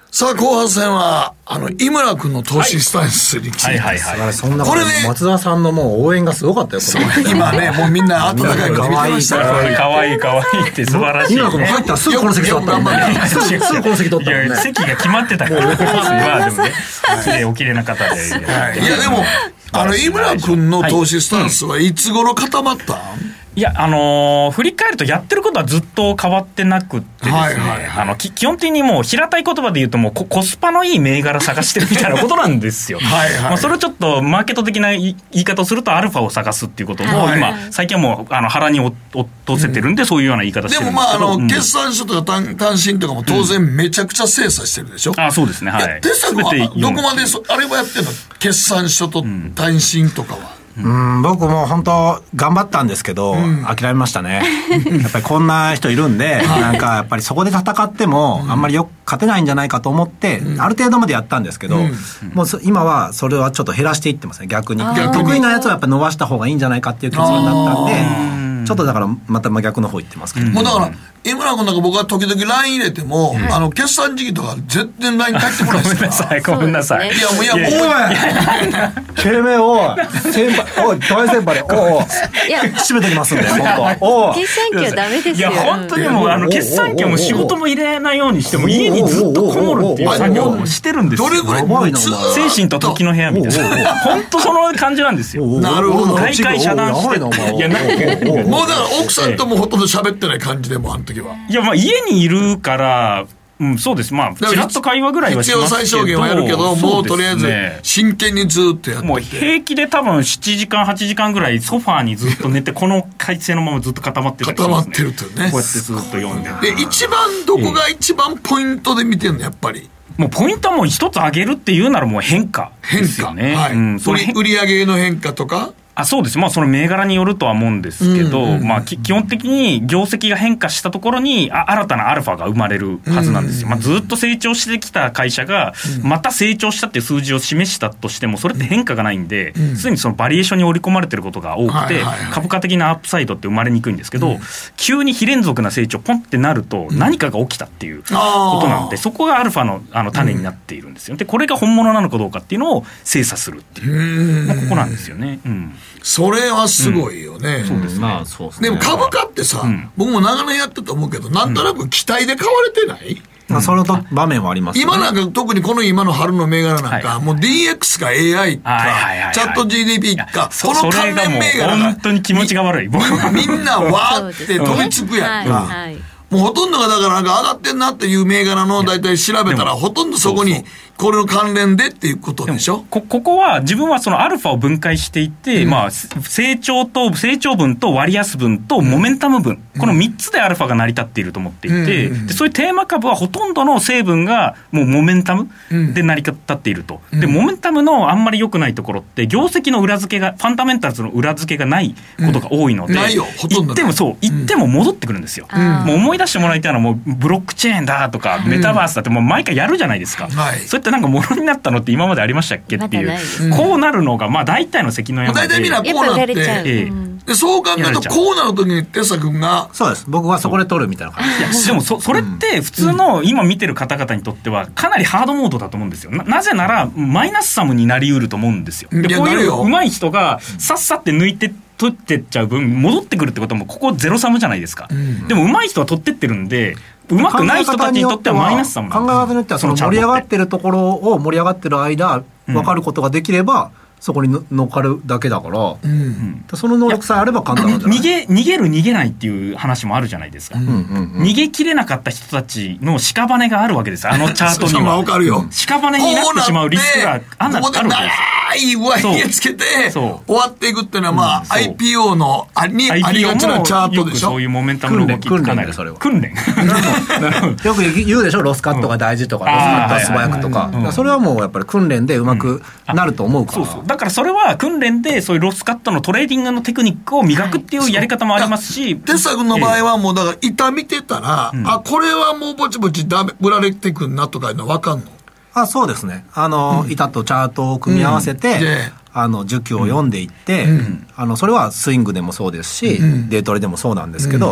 さあ後半戦はあの井村君の投資スタンスについて、はいはいはいはい、 そんなこれね松田さんのもう応援がすごかったよこれ今ねもうみんな温かい顔見てましたからかわいいかわいいって素晴らしい、ね、 井村君も入ったらすぐこの席取ったもんねすぐこの席取ったもんねいや席が決まってたからまあでもね綺麗お綺麗な方で、 はい、いやでもあの井村君の投資スタンスはいつ頃固まった、はいいや、あのー、振り返るとやってることはずっと変わってなくってですね、はいはいはい、あの基本的にもう平たい言葉で言うともう コ, コスパのいい銘柄探してるみたいなことなんですよはい、はいまあ、それをちょっとマーケット的な言い方をするとアルファを探すっていうことも、はい、今最近はもうあの腹に落とせてるんで、うん、そういうような言い方してるんですけどでもまああの、うん、決算書とか 単, 単身とかも当然めちゃくちゃ精査してるでしょ、うん、 あそうですねはい手作はどこまであれはやってるの決算書と単身とかは、 うん、うん、僕も本当頑張ったんですけど、うん、諦めましたねやっぱりこんな人いるんでなんかやっぱりそこで戦ってもあんまりよく勝てないんじゃないかと思って、うん、ある程度までやったんですけど、うん、もう今はそれはちょっと減らしていってますね逆に得意なやつはやっぱ伸ばした方がいいんじゃないかっていう結論だったんでちょっとだからまた真逆の方行ってますけど、うん、 もうだから井村君なんか僕は時々 ライン 入れても、うん、あの決算時期とか全然 ライン 返ってこないですからごめんなさいごめんなさいいやもういやもうてめえおい先輩おい大先輩でおお締めてきますんで本当お決算期はダメですよいや本当にもうあの決算期はもう仕事も入れないようにしても家にずっとこもるっていう作業をしてるんですよどれぐらい精神と時の部屋みたいな本当その感じなんですよなるほど大会遮断していやなんかもうだから奥さんともほとんど喋ってない感じでもあの時はいやまあ家にいるからうん、そうです。まあ、ちらっと会話ぐらいはしますけど。 必要最小限はやるけど、もうとりあえず、真剣にずっとやってて。 もう平気で多分ななじかん、はちじかんぐらいソファーにずっと寝て、この体勢のままずっと固まってたりしますね。 固まってるとね。 こうやってずっと読んで。 で、一番、どこが一番ポイントで見てるの、やっぱり。 もうポイントはもう一つ上げるっていうならもう変化ですよね。 変化。はい。うん、それ売り上げの変化とかあそうです、まあ、その銘柄によるとは思うんですけど、うんうんまあ、基本的に業績が変化したところにあ新たなアルファが生まれるはずなんですよ、うんうんまあ、ずっと成長してきた会社がまた成長したっていう数字を示したとしてもそれって変化がないんで、うん、すでにそのバリエーションに織り込まれてることが多くて、はいはいはい、株価的なアップサイドって生まれにくいんですけど、うん、急に非連続な成長ポンってなると何かが起きたっていうことなので、うん、そこがアルファの、あの種になっているんですよ。でこれが本物なのかどうかっていうのを精査するっていう、まあ、ここなんですよね、うんそれはすごいよね、 うん、そうですね、まあそうですね。 でも株価ってさ、うん、僕も長年やってたと思うけどなんとなく期待で買われてない、 うん、そのと場面はあります、ね、 今なんか特にこの今の春の銘柄なんか、はい、もう ディーエックス か エーアイ か、はいはいはいはい、チャット ジーディーピー かこの関連銘柄が本当に気持ちが悪いみんなわーって飛びつくやんか、はいはい、もうほとんどがだからなんか上がってんなっていう銘柄の大体調べたらほとんどそこにこれの関連でっていうことでしょ。 こ, ここは自分はそのアルファを分解していって、うんまあ、成長と成長分と割安分とモメンタム分、うん、このみっつでアルファが成り立っていると思っていて、うん、でそういうテーマ株はほとんどの成分がもうモメンタムで成り立っていると、うん、でモメンタムのあんまり良くないところって業績の裏付けがファンダメンタルズの裏付けがないことが多いので、うん、 ないよほとんど言ってもそう言っても戻ってくるんですよ、うん、もう思い出してもらいたいのはもうブロックチェーンだとかメタバースだってもう毎回やるじゃないですか、うん、はい、そういったなんかものになったのって今までありましたっけっていう、うん、こうなるのがまあ大体の関の山で大体みんなこうなって、ええ、でそう考えるとこうなるときにテスラ君がそうです僕はそこで取るみたいな感じいやでも そ, それって普通の今見てる方々にとってはかなりハードモードだと思うんですよ。 な, なぜならマイナスサムになりうると思うんですよ。でこういう上手い人がさっさって抜いて取ってっちゃう分戻ってくるってこともここゼロサムじゃないですか、うん、でも上手い人は取ってってるんでうまくない人たちにとってはマイナスサムなんです。 考え方によってはその盛り上がってるところを盛り上がってる間分かることができれば、うんそこに乗っかるだけだから、うん、その能力さえあれば簡単なんじゃない？ 逃げ、逃げる逃げないっていう話もあるじゃないですか、うんうんうん、逃げきれなかった人たちの屍があるわけですあのチャートにはわかるよ。 屍になってしまうリスクがあんなあるわけです。 い上髭つけて終わっていくっていうのはまあ、うん、アイピーオー のあにありがちなチャートでしょ。 そういうモメンタムの動き訓練訓練それは訓練よく言うでしょロスカットが大事とか、うん、ロスカットは素早くとか、うん、それはもうやっぱり訓練でうまくなると思うから、うん、そうそうだからそれは訓練でそういうロスカットのトレーディングのテクニックを磨くっていうやり方もありますし、 テスラ君の場合はもうだから板見てたら、うん、あこれはもうぼちぼちダメ売られてくんなとかいうの分かんの？ あそうですねあの、うん、板とチャートを組み合わせて、うんあの需給を読んでいって、うん、あのそれはスイングでもそうですし、うん、デイトレでもそうなんですけど、うん、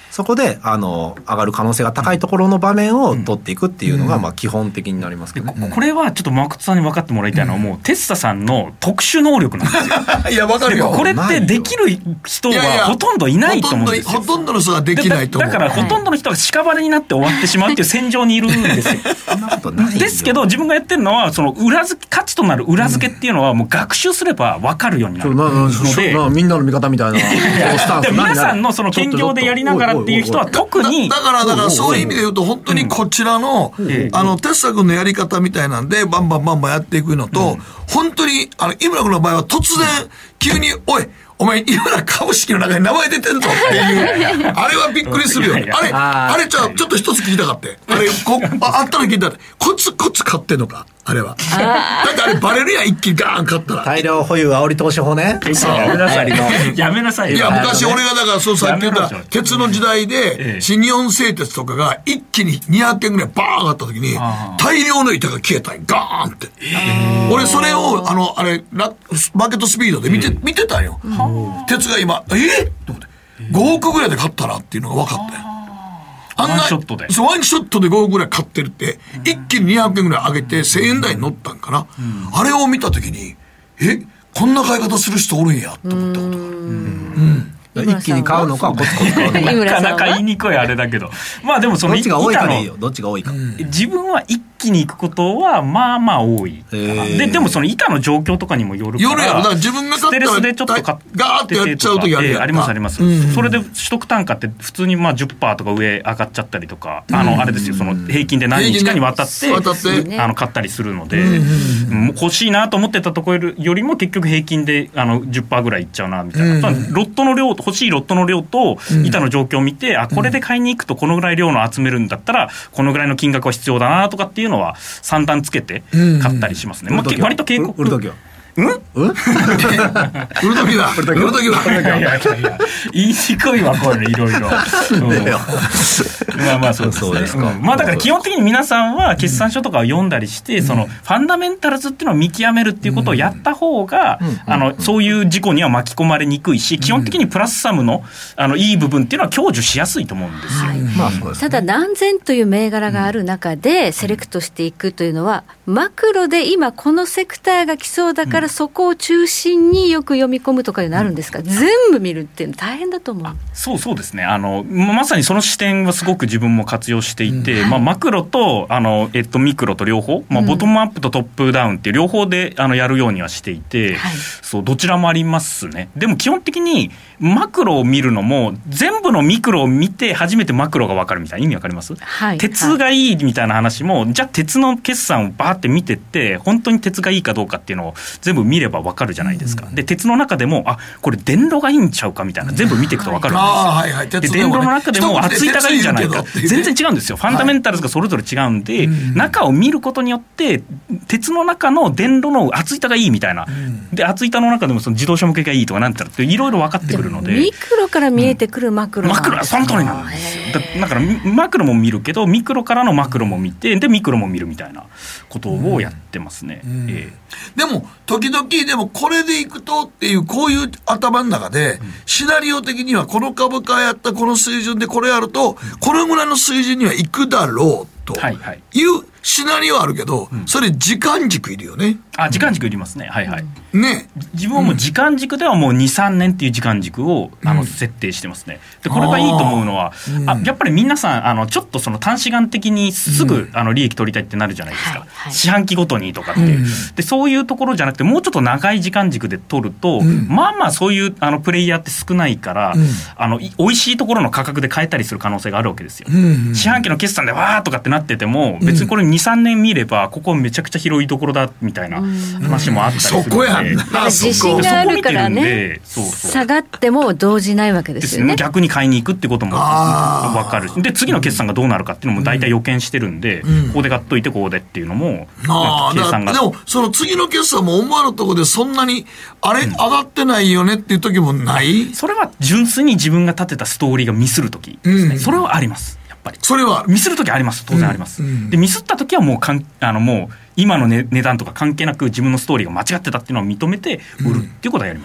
そこであの上がる可能性が高いところの場面を取っていくっていうのが、まあ、基本的になりますけどね、 うん、これはちょっと誠さんに分かってもらいたいのは、うん、もうテッサさんの特殊能力なんですよいや分かるよ。 これってできる人はほとんどいないと思うんですよ。 ほとんどの人ができないと思う。 だからほとんどの人が屍になって終わってしまうっていう戦場にいるんですよそんなことないよ。ですけど自分がやってるのはその裏付け、価値となる裏付けっていうのはもう学習すれば分かるようになるので、 ななみんなの味方みたいなスタンスで皆さんのその兼業でやりながらっていう人は特にだからだからそういう意味で言うと本当にこちらの、うん、あのテッサ君のやり方みたいなんでバンバンバンバンやっていくのと、うん、本当にあの井村君の場合は突然急においお前今株式の中に名前出てんぞっていうあれはびっくりするよね。あれあれじゃあちょっと一つ聞きたかってあれこ あ, あったら聞いたらコツコツ買ってんのかあれは。だってあれバレるやん一気にガーン買ったら。 大量保有煽り投資法ね。 やめなさいやめなさい。 いや昔俺がだからそうさっき言った鉄の時代で新日本製鉄とかが一気ににひゃくえんぐらいバーン上がった時に大量の板が消えたんガーンって。俺それをあのあれマーケットスピードで見て見てたんよ。鉄が今えっと思ってごおくぐらいで買ったなっていうのが分かったよ。あんなワンショットでそうワンショットでごおくぐらい買ってるって、うん、一気ににひゃくえんぐらい上げてせんえん台に乗ったんかな、うん、あれを見た時にえこんな買い方する人おるんやと思ったことが、うんうん一気に買うのかコツコツ買うのかなかなか言いにくいあれだけどまあでもそのどっちが多いかでいいよ。どっちが多いか、うん、 自分は一気に行くことはまあまあ多いででもその板の状況とかにもよるから夜やろだから自分が買ったらステレスでちょっと買ってガーってやっちゃう時あるやん、えー、 ありますあります、うん、それで取得単価って普通にまあ じゅっパーセント とか上上がっちゃったりとか、うん、あのあれですよその平均で何日かにわたって、うん、あの買ったりするので、うん、もう欲しいなと思ってたところよりも結局平均であの じゅっパーセント ぐらいいっちゃうなみたいな、うん、ロットの量欲しいロットの量と板の状況を見て、うん、あこれで買いに行くとこのぐらい量の集めるんだったらこのぐらいの金額は必要だなとかっていうのは算段つけて買ったりしますね、うんまあ、割と警告売るときはうんうん売るときは売るときはいやいやいや言いにくいわこれいろいろまあまあそうですねそうですか、うん、まあだから基本的に皆さんは決算書とかを読んだりして、うん、そのファンダメンタルズっていうのを見極めるっていうことをやった方が、うん、あのそういう事故には巻き込まれにくいし基本的にプラスサムの、あのいい部分っていうのは享受しやすいと思うんですよ、はいまあそうですね、ただ何千という銘柄がある中でセレクトしていくというのはマクロで今このセクターが来そうだからそこを中心によく読み込むとかになるんですか、うん、全部見るっていうの大変だと思う。 そうそうですねあのまさにその視点はすごく自分も活用していて、うんまあ、マクロとあの、えっと、ミクロと両方、まあ、ボトムアップとトップダウンっていう両方であのやるようにはしていて、はい、そうどちらもありますね。でも基本的にマクロを見るのも全部のミクロを見て初めてマクロが分かるみたいな意味分かります、はい、鉄がいいみたいな話も、はい、じゃあ鉄の決算をバーって見てって本当に鉄がいいかどうかっていうのを全部見れば分かるじゃないですか、うん、で鉄の中でもあこれ電路がいいんちゃうかみたいな全部見ていくと分かるんですよ、はいはいはい、で電路の中でも厚板がいいんじゃないか全然違うんですよ。ファンダメンタルズがそれぞれ違うんで、はい、中を見ることによって鉄の中の電路の厚板がいいみたいな、うん、で厚板の中でもその自動車向けがいいとかなんていろいろ分かってくるのでミクロから見えてくるマクロ、 うん、マクロはその通りなんですよ。だ, だからマクロも見るけどミクロからのマクロも見てでミクロも見るみたいなことをやってますね、うんうんえー、でも時々でもこれでいくとっていうこういう頭の中で、うん、シナリオ的にはこの株価やったこの水準でこれやると、うん、このぐらいの水準にはいくだろうというシナリオあるけど、うん、それ時間軸いるよね。 あ時間軸いりますね、はいはい、 ね、 自分はもう時間軸ではもう にさんねんっていう時間軸をあの設定してますね。でこれがいいと思うのは、うん、あやっぱり皆さんあのちょっとその短視眼的にすぐ、うん、あの利益取りたいってなるじゃないですか、はいはい、四半期ごとにとかって、うん、でそういうところじゃなくてもうちょっと長い時間軸で取ると、うん、まあまあそういうあのプレイヤーって少ないから、うん、あの美味しいところの価格で買えたりする可能性があるわけですよ、うん、四半期の決算でわーとかってなってても別にこれ にさんねん見ればここめちゃくちゃ広いところだみたいな話もあったりするので、 そこやんな自信があるからねそうそう下がっても動じないわけですよね。 逆に買いに行くってことも分かるしで次の決算がどうなるかっていうのも大体予見してるんで、うん、ここで買っといてここでっていうのもあ計算がでもその次の決算も思わぬところでそんなにあれ、うん、上がってないよねっていう時もない。 それは純粋に自分が立てたストーリーがミスる時ですね、うん、それはあります。やっぱりそれはミスる時あります。当然あります、うんうん、でミスった時はもうかんあのもう今の、ね、値段とか関係なく自分のストーリーが間違ってたっていうのを認めて売るっていうことはやります、う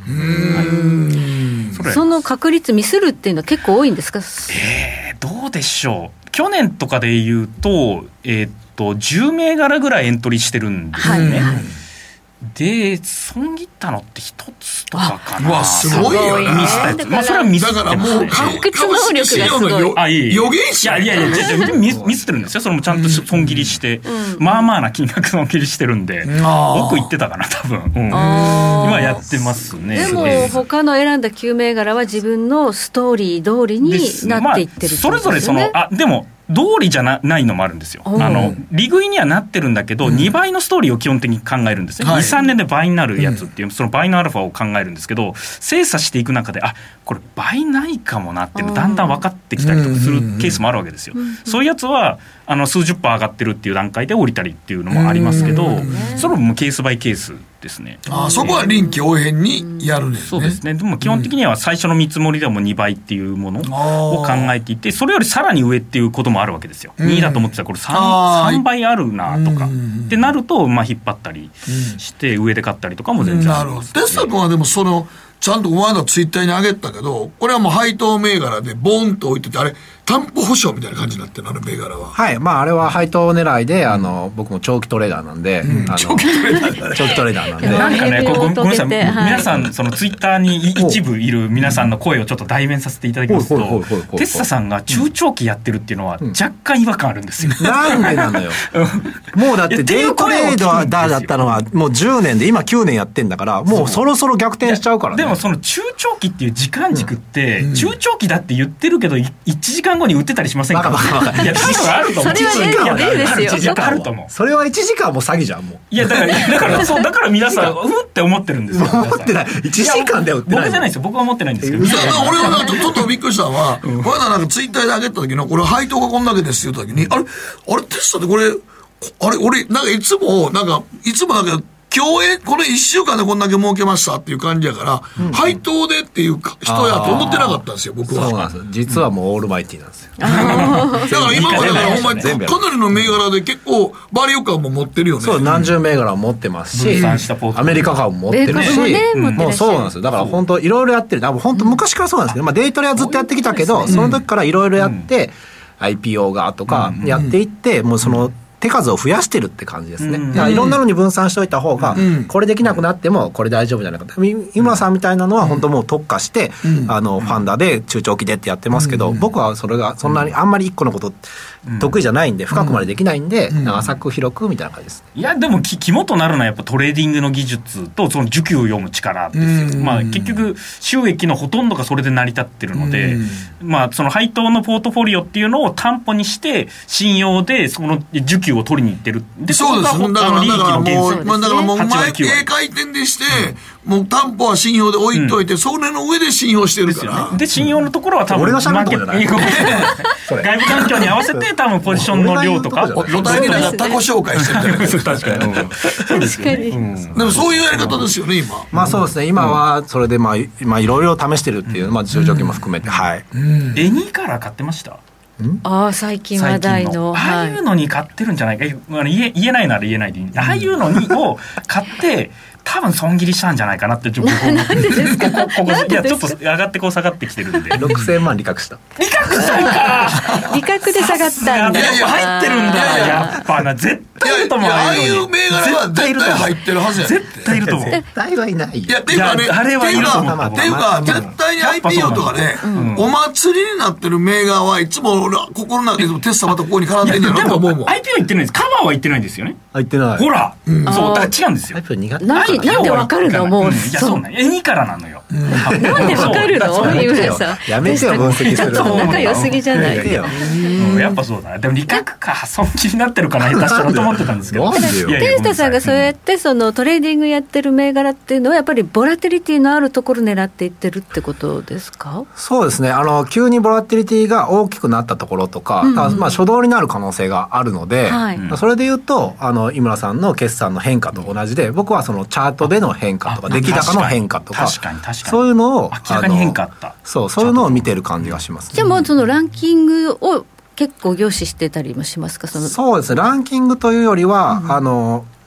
うーん、はい、その確率ミスるっていうのは結構多いんですか？ えー、どうでしょう。去年とかでいうと、えー、っとじゅう銘柄ぐらいエントリーしてるんですよね、はいはい、で損切ったのって一つとかかな。 うわすごいよね。 ミスったやつ、まあ、それはミスってますね。だからもう確率能力がすごい。 あ、いえいえ、 予言者。 いやいやいやミス、ミスってるんですよ。それもちゃんと損切りして、うん、まあまあな金額損切りしてるんで、うん、奥行ってたかな多分、うん、今やってますね。 でも他の選んだきゅう銘柄は自分のストーリー通りになっていってるってことですよね。まあ、それぞれそのあでも通りじゃ な, ないのもあるんですよ。あの利食いにはなってるんだけど、うん、にばいのストーリーを基本的に考えるんですね、はい、にさんねんで倍になるやつっていう、うん、その倍のアルファを考えるんですけど、精査していく中であこれ倍ないかもなっていうのだんだん分かってきたりとかするケースもあるわけですよ、うんうんうん、そういうやつはあの数十パー上がってるっていう段階で降りたりっていうのもありますけど、うんうん、それもケースバイケースですね。 あそこは臨機応変にやるんですね。 そうですね。でも基本的には最初の見積もりでもにばいっていうものを考えていて、それよりさらに上っていうこともあるわけですよ、うん、にいだと思ってたらこれ 3, さんばいあるなとか、うん、ってなると、まあ、引っ張ったりして上で買ったりとかも全然あります、ね、 なるほど。テスタ君はでもそのちゃんとお前のツイッターに上げたけど、これはもう配当銘柄でボーンと置いてて、あれ担保保証みたいな感じになってるの、あの銘柄は。 はい、まああれは配当狙いで、あの僕も長期トレーダーなんで、うん、あの長期トレーダー長期トレーダーなんでなんかね、ご, ごめんなさい、はい、皆さんそのツイッターに一部いる皆さんの声をちょっと代弁させていただきますと、テッサさんが中長期やってるっていうのは若干違和感あるんですよ、 うん、なんでなのよもうだってデイトレーダーだったのはもうじゅうねんで今きゅうねんやってんだから、もうそろそろ逆転しちゃうからね。 でもその中長期っていう時間軸って、うん、中長期だって言ってるけどいちじかんごに売ってたりしませんか？いや多分あると思う。 それはね、ですよ。 あると思う。 それはいちじかんも詐欺じゃんもう。 いやだからだからそうだから皆さんうんって思ってるんですよ。 思ってない。いちじかんで売ってない。 僕じゃないですよ。僕は思ってないんですけど。 いや俺はなんかちょっとびっくりしたのは、うん、これなんかツイッターで上げた時のこれ配当がこんだけですよって時に、あれあれテストってこれあれ俺なんかいつもなんかいつもなんか今日これいっしゅうかんでこんだけ儲けましたっていう感じやから、うん、配当でっていう人やと思ってなかったんですよ僕は。 そうなんです。実はもうオールマイティなんですよ。 だから今までだからほんまにかなりの銘柄で結構バリュー感も持ってるよね。 そう何十銘柄も持ってますし、アメリカ株も持ってるし、も, もうそうなんですよ。だから本当いろいろやってる。本当昔からそうなんですけど、まあデイトレはずっとやってきたけど、その時からいろいろやって、うん、アイピーオー がとかやっていって、もうその手数を増やしてるって感じですね、うん、だからいろんなのに分散しておいた方が、うん、これできなくなってもこれ大丈夫じゃないかと。井村さんみたいなのは本当もう特化して、うん、あのファンダで中長期でってやってますけど、うん、僕はそれがそんなにあんまり一個のこと得意じゃないんで、深くまでできないんで、うん、浅く広くみたいな感じです。 いやでも肝となるのはやっぱトレーディングの技術とその需給を読む力ですよ、うん、まあ結局収益のほとんどがそれで成り立ってるので、うん、まあその配当のポートフォリオっていうのを担保にして信用でその需給を取りに行ってる。 でそうです。だからだからもうまあだからもう前軽回転でして、うん、もう担保は信用で置いといて、うん、それの上で信用してるから。 で、ね、で信用のところは多分俺のしゃべるとこじゃない。 外部環境に合わせて多分ポジションの量とか露体になったタコ紹介してるじゃない。 確かに。 そうですよね。 うん、でもそういうやり方ですよね今。 まあそうですね。今はそれでまあまあいろいろ試してるっていう、まあ中長期も含めて、はい。 エニーから買ってました。 ああ最近話題 の, のああいうのに買ってるんじゃないか、言え、言えないなら言えないでいい、ああいうのにを買って多分損切りしたんじゃないかなって僕は思ってるんですけど、ここいやちょっと上がってこう下がってきてるんでろくせんまん利確した。 利確したんか利確で下がったんだ。 やっぱ入ってるんだ。やっぱな絶対いると思う。 ああいう銘柄は絶対入ってるはずや。 絶対いると思う。 絶対はいない。 いやっていうかね、 あれはいると思う。 っていうか絶対に アイピーオー とかね、お祭りになってる銘柄はいつも心の中でテスタまたここに絡んでんじゃないかと思うもん。 アイピーオー 言ってないんです。カバーは言ってないんですよね。 言ってない。 ほらそうだから違うんですよ。 アイピーオー 苦手。 なんでわかるの。もう、うん、いやそうなんエニからなのよ、 うん、なんでわかるの井村さん。 やめてよ分析するの。 仲良すぎじゃない。 うん、やっぱそうだね。でも利確か損切りになってるかな下手したらと思ってたんですけど。 テンスタさんがそうやってそのトレーディングやってる銘柄っていうのはやっぱりボラティリティのあるところ狙っていってるってことですか？ そうですね。あの急にボラティリティが大きくなったところとか、うん、まあ初動になる可能性があるので、はい、それで言うとあの井村さんの決算の変化と同じで、僕はそのチャートでの変化とか出来高の変化とか、 確かに確かにそういうのを明らかに変化あった。 そうそういうのを見てる感じがします、ね。 じゃあもうそのランキングを結構凝視してたりもしますか？そのそうですね。ランキングというよりは、うん、あの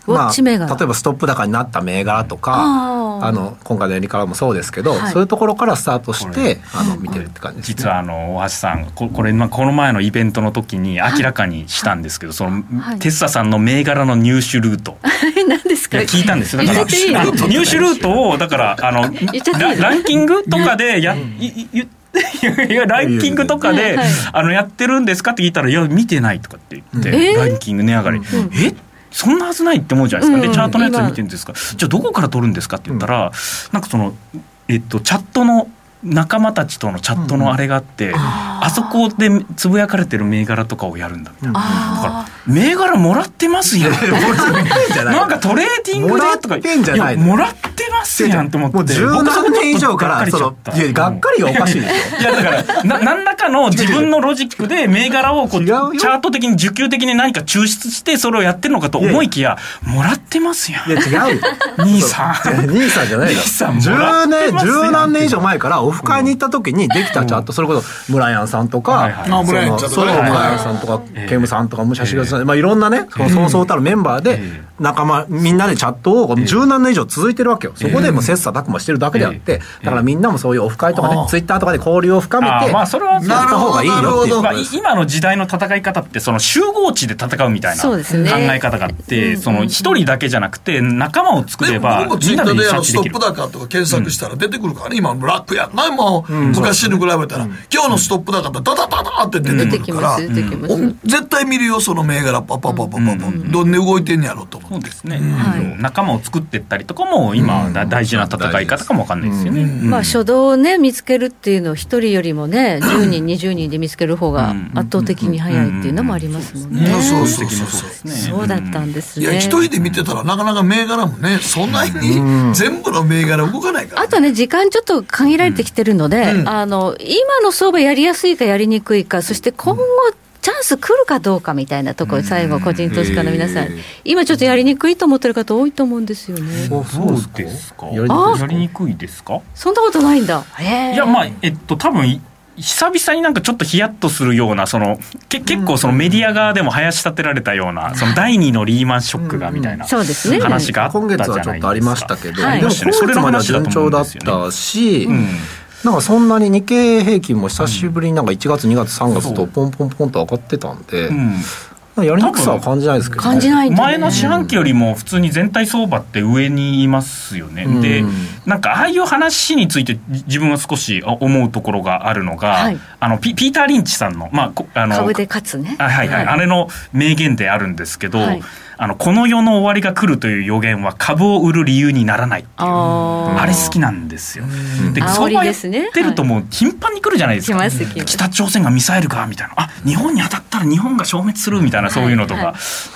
ウォッチ銘柄、 まあ、例えばストップ高になった銘柄とか、ああの今回のエリカラもそうですけど、はい、そういうところからスタートしてあの見てるって感じですね。 実はあの大橋さんこれ、まあ、この前のイベントの時に明らかにしたんですけど、はい、その、はい、テスラさんの銘柄の入手ルート何ですか？ 聞いたんですよ。だから入手ルートをだからあのラ, ランキングとかでやいいいやランキングとかで、はいはい、あのやってるんですかって聞いたらいや見てないとかって言って、えー、ランキング値上がり、うん、えそんなはずないって思うじゃないですか、うん、でチャートのやつ見てるんですか、じゃあどこから取るんですかって言ったら、うん、なんかその、えっと、チャットの仲間たちとのチャットのあれがあって、うん、あ, あそこでつぶやかれてる銘柄とかをやるんだみたいな、うん、だから銘柄もらってますよなんかトレーディングでとかもらってんじゃないいやもらってますやんと思って、もうじゅうななねん以上からそのいやがっかりがおかしいですよいやだからな何らかの自分のロジックで銘柄をこうチャート的に需給的に何か抽出してそれをやってるのかと思いきやもらってますやん。 いや違うよ兄さん兄さんじゃないだろじゅうねんじゅうなんねん以上前からオフ会に行った時にできたチャット、うん、それこそムラヤンさんとか、はいはい、そのムラヤンさんとか、はい、ケムさんとか武者修行さん、まあ、いろんなねそのそうそうたるメンバーで仲間みんなでチャットを十何年以上続いてるわけよ。そこでもう切磋琢磨してるだけであって、だからみんなもそういうオフ会とかねツイッターとかで交流を深めてまあそれはやった方がいいよっていう、 まあ、今の時代の戦い方ってその集合値で戦うみたいな考え方があって、その一人だけじゃなくて仲間を作れば僕もツイッターでストップ高とか検索したら出てくるからね、今のラックやないもん、昔に比べたら今日のストップ高ってダダダダって出てくるから絶対見るよその銘柄パパパパパパどんで動いてんやろうと思って。 そうですね、はい、仲間を作っていったりとかも今大事な戦い方かも分かんないですよね、うんうんまあ、初動を、ね、見つけるっていうのを一人よりもねじゅうにんにじゅうにんで見つける方が圧倒的に早いっていうのもありますもんね。 そうそうそうそうそうだったんですね。 いや一人で見てたらなかなか銘柄もねそんなに全部の銘柄動かないから、ね、 あとね時間ちょっと限られてきてるので、うん、あの今の相場やりやすいかやりにくいか、そして今後、うんチャンス来るかどうかみたいなところ、最後個人投資家の皆さん、今ちょっとやりにくいと思ってる方多いと思うんですよね。 あ、そうですか。やりにくいですか。 そんなことないんだ。 いやまあえっと多分久々になんかちょっとヒヤッとするようなそのけ結構そのメディア側でも林立てられたようなそのだいにのリーマンショックがみたいな話があったじゃないですか。 今月はちょっとありましたけど、はい、でも今月までは順調だったし、うんなんかそんなに日経平均も久しぶりになんかいちがつにがつさんがつとポンポンポンと上がってたんで、うん、やりにくさは感じないですけど、 感じないんだね。 前の四半期よりも普通に全体相場って上にいますよね、うん、でなんかああいう話について自分は少し思うところがあるのが、はい、あの ピ, ピーター・リンチさんの、まあ、あの株で勝つね、 あ、はいはい、あれの名言であるんですけど、はいあのこの世の終わりが来るという予言は株を売る理由にならないっていう あ, あれ好きなんですよ。で相場やってるともう頻繁に来るじゃないですか、はい、北朝鮮がミサイルかみたいな、あ日本に当たったら日本が消滅するみたいなそういうのとか、はいはい、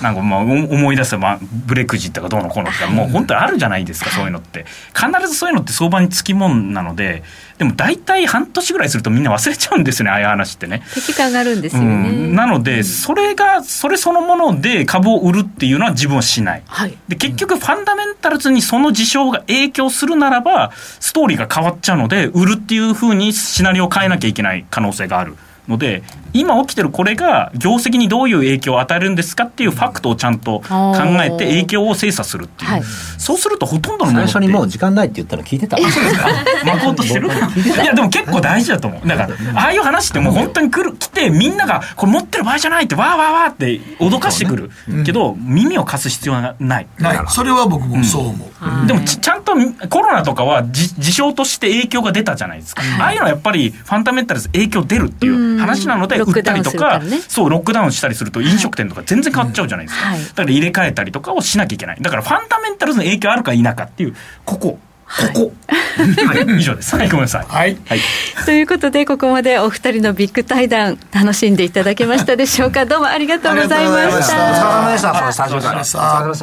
なんかまあ思い出せばブレクジットがどうのこうのとか、はい、もう本当にあるじゃないですか、そういうのって必ずそういうのって相場につきもんなので、でも大体半年ぐらいするとみんな忘れちゃうんですよね、ああいう話ってね。 敵感があるんですよね、 うん、なのでそれがそれそのもので株を売るっていうのは自分はしない、はい、で結局ファンダメンタルズにその事象が影響するならばストーリーが変わっちゃうので売るっていう風にシナリオを変えなきゃいけない可能性があるので、今起きてるこれが業績にどういう影響を与えるんですかっていうファクトをちゃんと考えて影響を精査するっていう、はい、そうするとほとんどのものって最初にもう時間ないって言ったの聞いてたそうですか巻こうとしてるいやでも結構大事だと思う。だからああいう話ってもう本当に来る来てみんながこれ持ってる場合じゃないってわーわーわーって脅かしてくる、ねうん、けど耳を貸す必要はないない。それは僕もそう思う、 うん、でも ち, ちゃんとコロナとかは事象として影響が出たじゃないですか、はい、ああいうのはやっぱりファンダメンタルズ影響出るっていう話なので売ったりとか、ね、そうロックダウンしたりすると飲食店とか全然変わっちゃうじゃないですか、はい、だから入れ替えたりとかをしなきゃいけない。だからファンダメンタルズの影響あるか否かっていうここここ、はい、以上です。はい、ごめんなさい、 はいはい、 ということでここまでお二人のビッグ対談楽しんでいただけましたでしょうか。どうもありがとうございました。お疲れ様でした。 お疲れ様でした。お疲れ様でした。お疲れ様でした。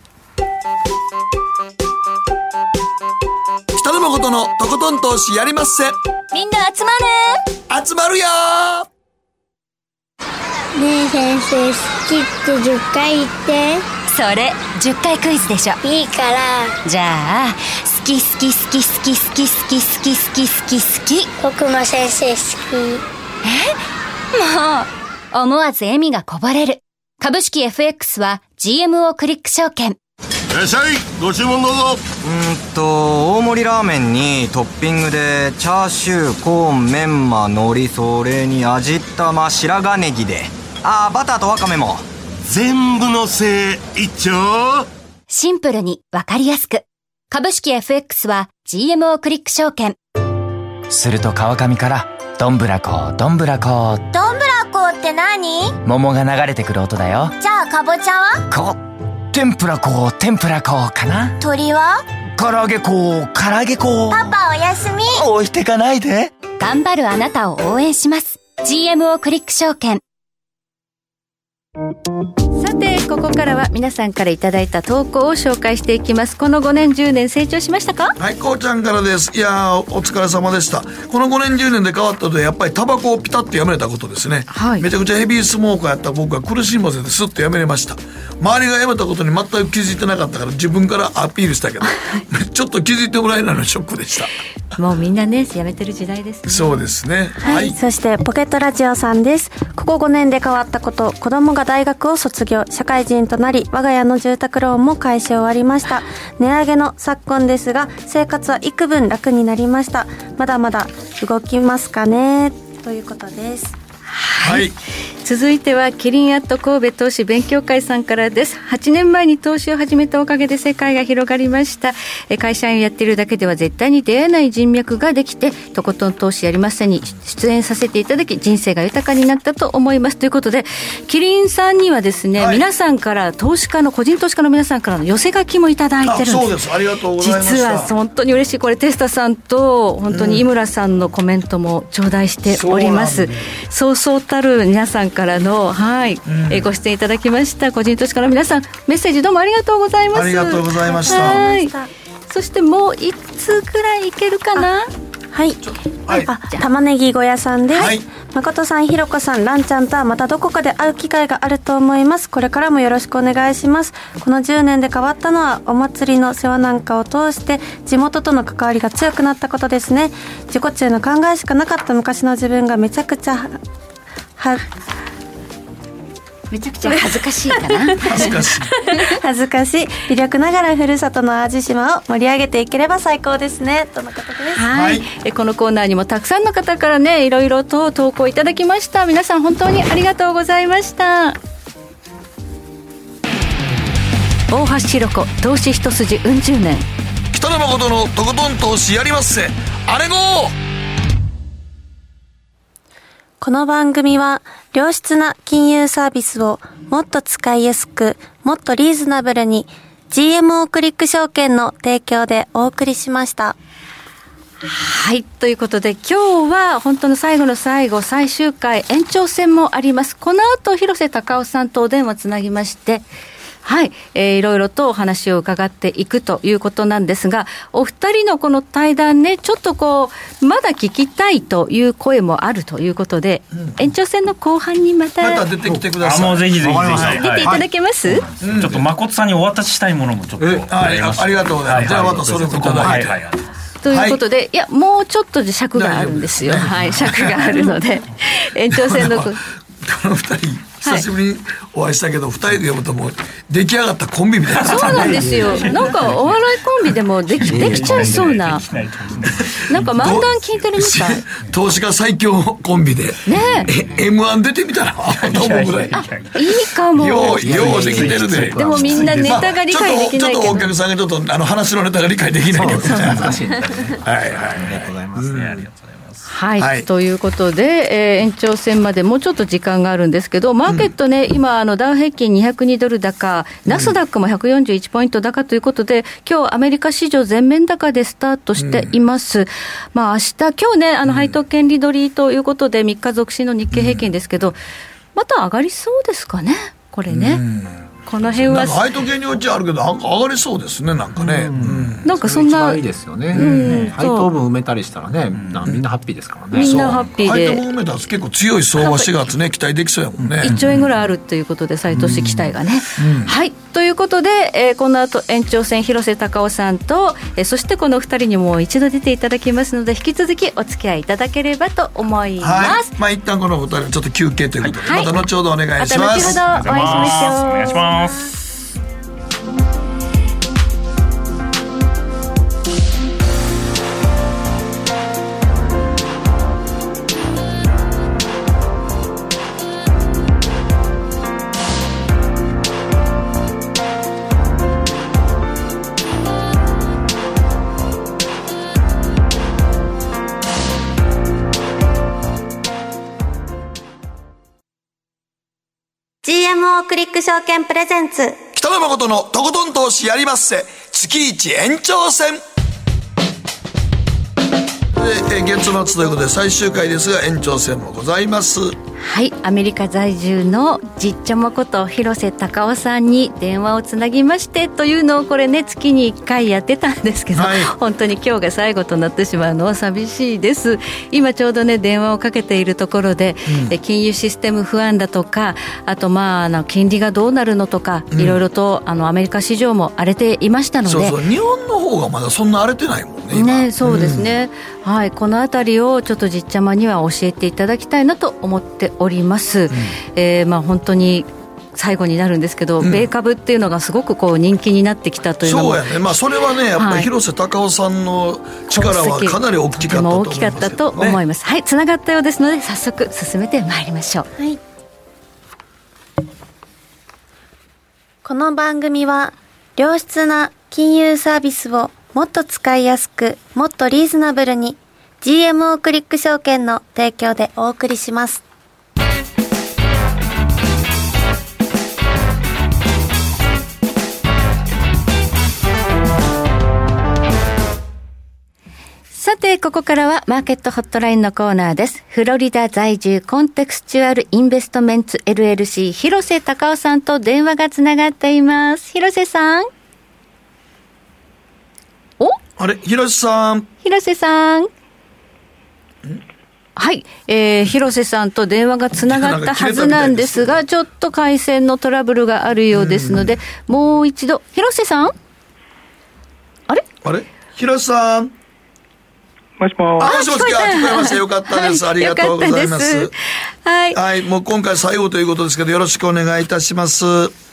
北野誠のとことん投資やりまっせ。 みんな集まる集まるよねえ先生好きってじゅっかい言って。 それじゅっかいクイズでしょ。 いいから。 じゃあ好き好き好き好き好き好き好き好き好き好き。 僕も先生好き。 えもう思わず笑みがこぼれる。 株式 エフエックス は ジーエムオー クリック証券。 いらっしゃい、ご注文どうぞ。 うーんと大盛りラーメンにトッピングでチャーシュー、コーン、メンマ、海苔、それに味玉、白髪ネギで、あーバターとワカメも全部のせい一丁。 シンプルにわかりやすく。株式 エフエックス は ジーエムオー クリック証券。 すると川上からどんぶらこどんぶらこ。 どんぶらこって何？ 桃が流れてくる音だよ。 じゃあかぼちゃは？ こ天ぷらこ天ぷらこかな。 鳥は？ 唐揚げこ唐揚げこ。 パパおやすみ。 置いてかないで。 頑張るあなたを応援します。 ジーエムオー クリック証券。 さてここからは皆さんからいただいた投稿を紹介していきます。このごねんじゅうねん成長しましたか？ はい、こうちゃんからです。いやーお疲れ様でした。このごねんじゅうねんで変わったとやっぱりタバコをピタッとやめれたことですね、はい、めちゃくちゃヘビースモーカーやった僕は苦しませてスッとやめれました。周りがやめたことに全く気づいてなかったから自分からアピールしたけどちょっと気づいてもらえないのショックでした。 もうみんなねやめてる時代ですね。 そうですね、 はい、はい、そしてポケットラジオさんです。ここごねんで変わったこと、子供が大学を卒業、社会人となり我が家の住宅ローンも返し終わりました。値上げの昨今ですが生活は幾分楽になりました。まだまだ動きますかねということです。 はい、はい、続いてはキリンアット神戸投資勉強会さんからです。はちねんまえに投資を始めたおかげで世界が広がりました。会社員をやっているだけでは絶対に出会えない人脈ができて、とことん投資やりませんに出演させていただき人生が豊かになったと思いますということで、キリンさんにはですね、はい、皆さんから投資家の個人投資家の皆さんからの寄せ書きもいただいてるんです。 そうです、ありがとうございました。 実は本当に嬉しい。これテスタさんと本当に井村さんのコメントも頂戴しております。そうそうたる皆さんからの、はい、うん、えご出演いただきました個人投資家の皆さん、メッセージどうもありがとうございます。 ありがとうございました。 はい、そしてもういっつうくらいいけるかな。 はい、はい、あ、玉ねぎ小屋さんです、はい、誠さん、ひろこさん、ランちゃんとはまたどこかで会う機会があると思います。これからもよろしくお願いします。このじゅうねんで変わったのはお祭りの世話なんかを通して地元との関わりが強くなったことですね。自己中の考えしかなかった昔の自分がめちゃくちゃはめちゃくちゃ恥ずかしいかな恥ずかしい恥ずかしい微力ながらふるさとの淡路島を盛り上げていければ最高ですねとのことです。 はい、はい、えこのコーナーにもたくさんの方からねいろいろと投稿いただきました。皆さん本当にありがとうございました。大橋ひろ子投資一筋うん十年、 北野誠のとことん投資やりまっせあれごー。 この番組は良質な金融サービスをもっと使いやすくもっとリーズナブルに ジーエムオー クリック証券の提供でお送りしました。 はい、ということで今日は本当の最後の最後最終回延長戦もあります。この後広瀬隆夫さんとお電話つなぎましてはい、えー、いろいろとお話を伺っていくということなんですが、お二人のこの対談ねちょっとこうまだ聞きたいという声もあるということで、うん、延長戦の後半にまたまた出てきてください。 あもうぜひぜひぜひ出ていただけます、はいうん、ちょっと誠さんにお渡ししたいものもちょっとありありがとうございます、はいはい、じゃあまたそれもいただいて、はいはいはいということで、はい、いやもうちょっとで尺があるんですよ。はい、尺があるので延長戦のこの二人久しぶりにお会いしたけど、はい、ふたりで読むともう出来上がったコンビみたいな。 そうなんですよ。なんかお笑いコンビでもでき、できちゃいそうななんか漫談聞いてるみたい。 投資家最強コンビで、ね、エムワン 出てみたらと思うぐらいあいいかも。 ようようできてるで。 でもみんなネタが理解できないけど、 まあ、ちょっとちょっとお客さんがちょっとあの話のネタが理解できないけどね。 難しいんだね。はいはい、ありがとうございますね。ありがとうございます。 はい、はい、ということで、えー、延長戦までもうちょっと時間があるんですけど、マーケットね、うん、今あのダウ平均にひゃくにドル高、うん、ナスダックもひゃくよんじゅういちポイント高ということで、今日アメリカ市場全面高でスタートしています、うん、まあ明日今日ねあの配当権利取りということでみっか続伸の日経平均ですけど、うん、また上がりそうですかねこれね、 うんこの辺はなんか配当金によっちゃあるけど上がりそうですねなんかね、うんうん、なんかそんなそれ一番いいですよね、うん、配当分埋めたりしたらね、うん、みんなハッピーですからね。 みんなハッピーで配当分埋めたら結構強い相場しがつね期待できそうやもんね。 いっちょえんぐらいあるということで再投資期待がね、うんうん、はいということで、えー、この後延長戦広瀬隆夫さんと、えー、そしてこのふたりにもう一度出ていただきますので引き続きお付き合いいただければと思います、 はい、まあ一旦このふたりちょっと休憩ということで、はい、また後ほどお願いします。 また後ほどお会いしましょう。 お願いします。 ジーエムオー クリック証券プレゼンツ北野誠のとことん投資やりまっせ月一延長戦で、え月末ということで最終回ですが延長戦もございます。 はい、アメリカ在住のじっちゃまこと広瀬隆夫さんに電話をつなぎましてというのをこれね月にいっかいやってたんですけど、はい、本当に今日が最後となってしまうのは寂しいです。今ちょうどね電話をかけているところで、うん、金融システム不安だとかあとまああの金利がどうなるのとか、うん、いろいろとあのアメリカ市場も荒れていましたので、 そうそう日本の方がまだそんな荒れてないもんね今ね。そうですね、うん、はい、このあたりをちょっとじっちゃまには教えていただきたいなと思っております、うん、えー、まあ本当に最後になるんですけど、うん、米株っていうのがすごくこう人気になってきたというのもそうやね、まあ、それはねやっぱり広瀬隆夫さんの力はかなり大きかったと思います、ね、大きかったと思います、 はい、つながったようですので早速進めてまいりましょう。 はい、この番組は良質な金融サービスをもっと使いやすくもっとリーズナブルに ジーエムオー クリック証券の提供でお送りします。 さてここからはマーケットホットラインのコーナーです。フロリダ在住コンテクスチュアルインベストメンツ エルエルシー 広瀬隆夫さんと電話がつながっています。広瀬さん、おあれ広瀬さん広瀬さんはい、えー、広瀬さんと電話がつながったはずなんですがちょっと回線のトラブルがあるようですのでもう一度広瀬さんあれあれ広瀬さんもしもあもしもし聞こえました。よかったです、はい、ありがとうございます。 はい、 はい、もう今回最後ということですけどよろしくお願いいたします。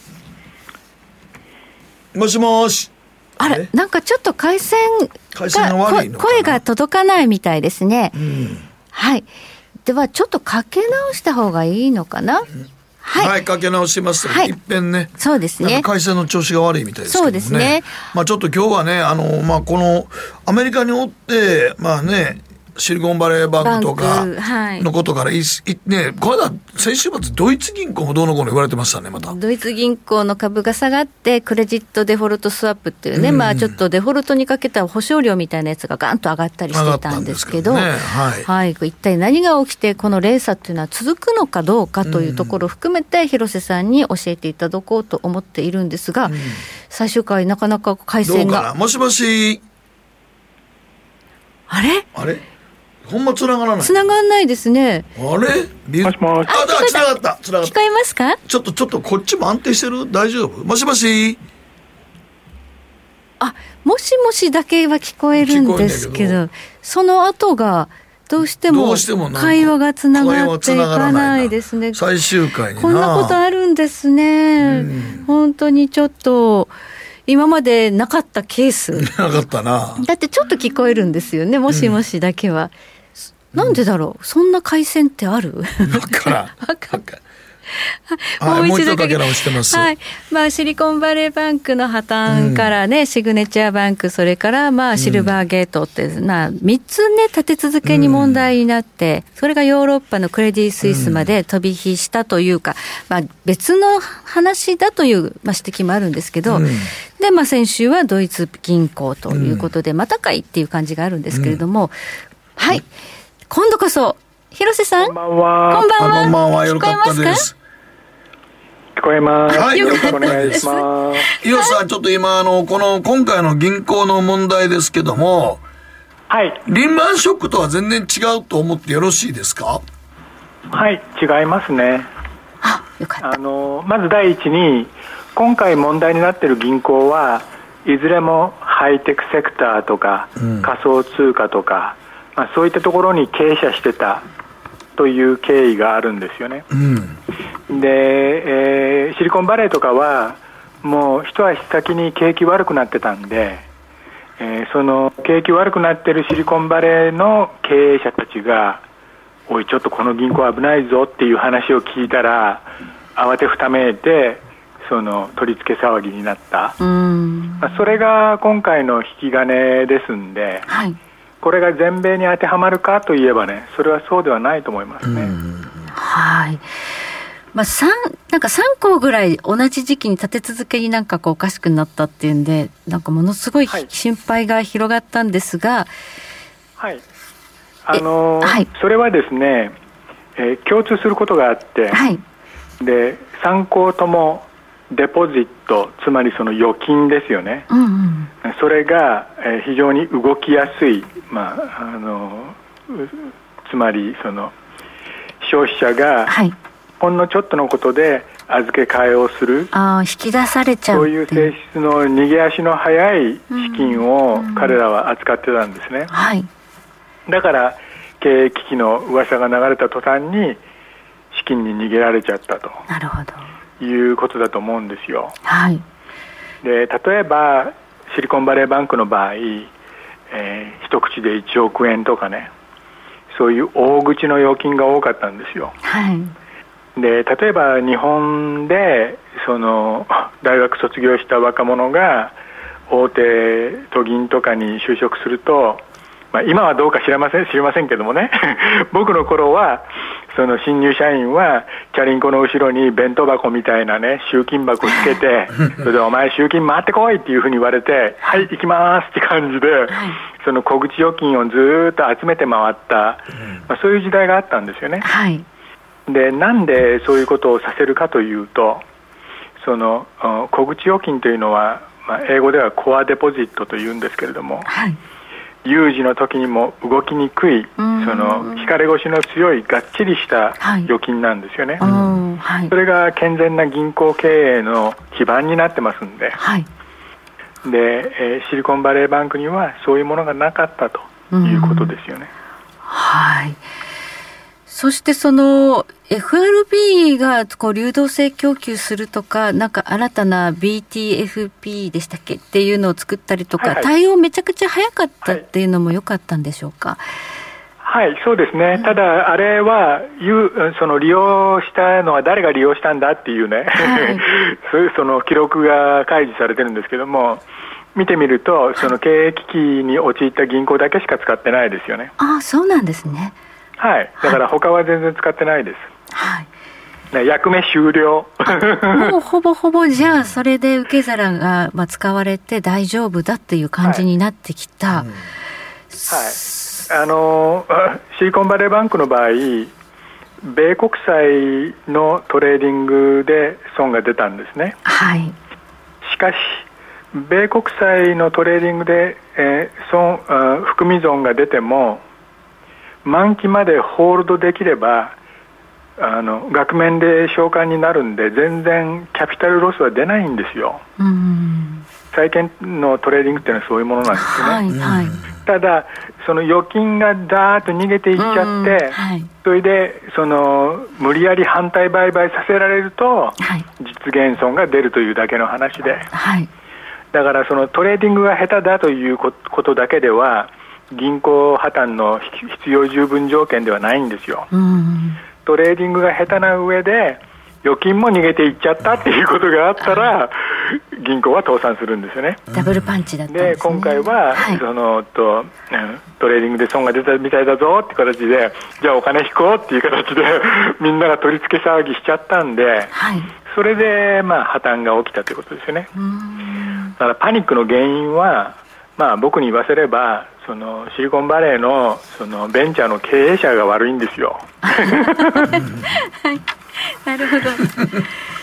もしもしあれなんかちょっと回線が回線が悪いのかな、 声が届かないみたいですね、うん、はいではちょっとかけ直した方がいいのかな、うんはい、はい、かけ直しますと、はい、いっぺんねそうですね回線の調子が悪いみたいですけどね。 そうですね、 まあ、ちょっと今日はねあの、まあ、このアメリカにおってまあねシリコンバレーバンクとかのことからい、はい、ね、これだ先週末ドイツ銀行もどうのこうの言われてましたね。またドイツ銀行の株が下がってクレジットデフォルトスワップっていうね、うん、まあちょっとデフォルトにかけた保証料みたいなやつがガンと上がったりしてたんですけど、ね、はいはい、一体何が起きてこの連鎖っていうのは続くのかどうかというところを含めて広瀬さんに教えていただこうと思っているんですが、うん、最終回なかなか回線がどうかな。もしもしあれあれほんま繋がらない。 繋がらないですね。 あれもしもしあ、だ、繋がった。繋がった。 聞こえますか？ ちょっと、ちょっとこっちも安定してる？大丈夫？もしもしあ、もしもしだけは聞こえるんですけど、その後が、どうしても会話がつながっていかないですね。 最終回にな。 こんなことあるんですね。本当にちょっと、今までなかったケース。 なかったな。 だってちょっと聞こえるんですよね。もしもしだけは。うん、なんでだろう、そんな回線ってある？ わからん。わからん。 もう一度かけ直してます。 はい。まあシリコンバレーバンクの破綻からね、うん、シグネチャーバンク、それからまあシルバーゲートって、うん、まあみっつね立て続けに問題になって、うん、それがヨーロッパのクレディ・スイスまで飛び火したというか、うん、まあ別の話だという、まあ、指摘もあるんですけど、うん、でまあ先週はドイツ銀行ということで、うん、またかいっていう感じがあるんですけれども、うん、はい、今度こそ広瀬さん、 こんばんは。 こんばんは。 こんばんは。よかったです。 聞聞こえます。 はい、 よろしくお願いします。 伊予さん、ちょっと今あのこの今回の銀行の問題ですけども、 はい、 リーマンショックとは全然違うと思ってよろしいですか？ はい、違いますね。 あ、よかった。 あのまず第一に、今回問題になっている銀行はいずれもハイテクセクターとか、うん、仮想通貨とか、まあ、そういったところに傾斜してたという経緯があるんですよね、うん、で、えー、シリコンバレーとかはもう一足先に景気悪くなってたんで、えー、その景気悪くなってるシリコンバレーの経営者たちが、おいちょっとこの銀行危ないぞっていう話を聞いたら慌てふためいてその取り付け騒ぎになった。うん、まあ、それが今回の引き金ですんで、はい、これが全米に当てはまるかといえばね、それはそうではないと思いますね。 はい、まあ、さんなんかさんこぐらい同じ時期に立て続けになんかこうおかしくなったっていうんで、なんかものすごい心配が広がったんですが、 はい、あのーはい、それはですね、えー、共通することがあって、はい、でさん行ともデポジット、つまりその預金ですよね、うんうん、それが、えー、非常に動きやすい、まああのつまりその消費者がほんのちょっとのことで預け替えをする、 あ、引き出されちゃう、 そういう性質の逃げ足の速い資金を彼らは扱ってたんですね、うんうん、はい、だから経営危機の噂が流れた途端に資金に逃げられちゃったと。 なるほど。 いうことだと思うんですよ。 はい、 で例えばシリコンバレーバンクの場合、えー、一口でいちおくえんとかね、そういう大口の預金が多かったんですよ。はい、で例えば日本でその大学卒業した若者が大手都銀とかに就職すると、まあ、今はどうか知りません知りませんけどもね僕の頃はその新入社員はチャリンコの後ろに弁当箱みたいなね集金箱つけてそれでお前集金回ってこいっていうふうに言われてはい行きますって感じで、はい、その小口預金をずっと集めて回った、まあ、そういう時代があったんですよね。はい、でなんでそういうことをさせるかというと、その小口預金というのは、まあ、英語ではコアデポジットというんですけれども、はい、有事の時にも動きにくい、その引かれ腰の強いがっちりした預金なんですよね、はい、それが健全な銀行経営の基盤になってますんで、はい、で、えー、シリコンバレーバンクにはそういうものがなかったということですよね。 はい。そしてその エフアールビー がこう流動性供給するとか、なんか新たな ビーティーエフピー でしたっけっていうのを作ったりとか、はいはい、対応めちゃくちゃ早かったっていうのも良かったんでしょうか。 はい、はい、そうですね、うん、ただあれはその利用したのは誰が利用したんだっていうね、はい、その記録が開示されてるんですけども、見てみるとその経営危機に陥った銀行だけしか使ってないですよね。 ああ、そうなんですね。 はい、だから他は全然使ってないです。はい、役目終了。 もうほぼほぼじゃあそれで受け皿がまあ使われて大丈夫だっていう感じになってきた。はい、うん、はい、 あのシリコンバレーバンクの場合、米国債のトレーディングで損が出たんですね。はい、しかし米国債のトレーディングで、えー、損含み損が出ても満期までホールドできればあの額面で償還になるんで全然キャピタルロスは出ないんですよ。うん、債券のトレーディングっていうのはそういうものなんですよね。はいはい、ただその預金がダーッと逃げていっちゃって、うん、はい、それでその無理やり反対売買させられると、はい、実現損が出るというだけの話で、はい、だからそのトレーディングが下手だということだけでは銀行破綻の必要十分条件ではないんですよ。うん、トレーディングが下手な上で預金も逃げていっちゃったっていうことがあったら銀行は倒産するんですよね。 ダブルパンチだったんですね。 で今回は、はい、そのとトレーディングで損が出たみたいだぞって形で、じゃあお金引こうっていう形でみんなが取り付け騒ぎしちゃったんで、はい、それでまあ破綻が起きたということですよね。うん、だからパニックの原因はまあ僕に言わせればそのシリコンバレー の, そのベンチャーの経営者が悪いんですよ。 はい、なるほど。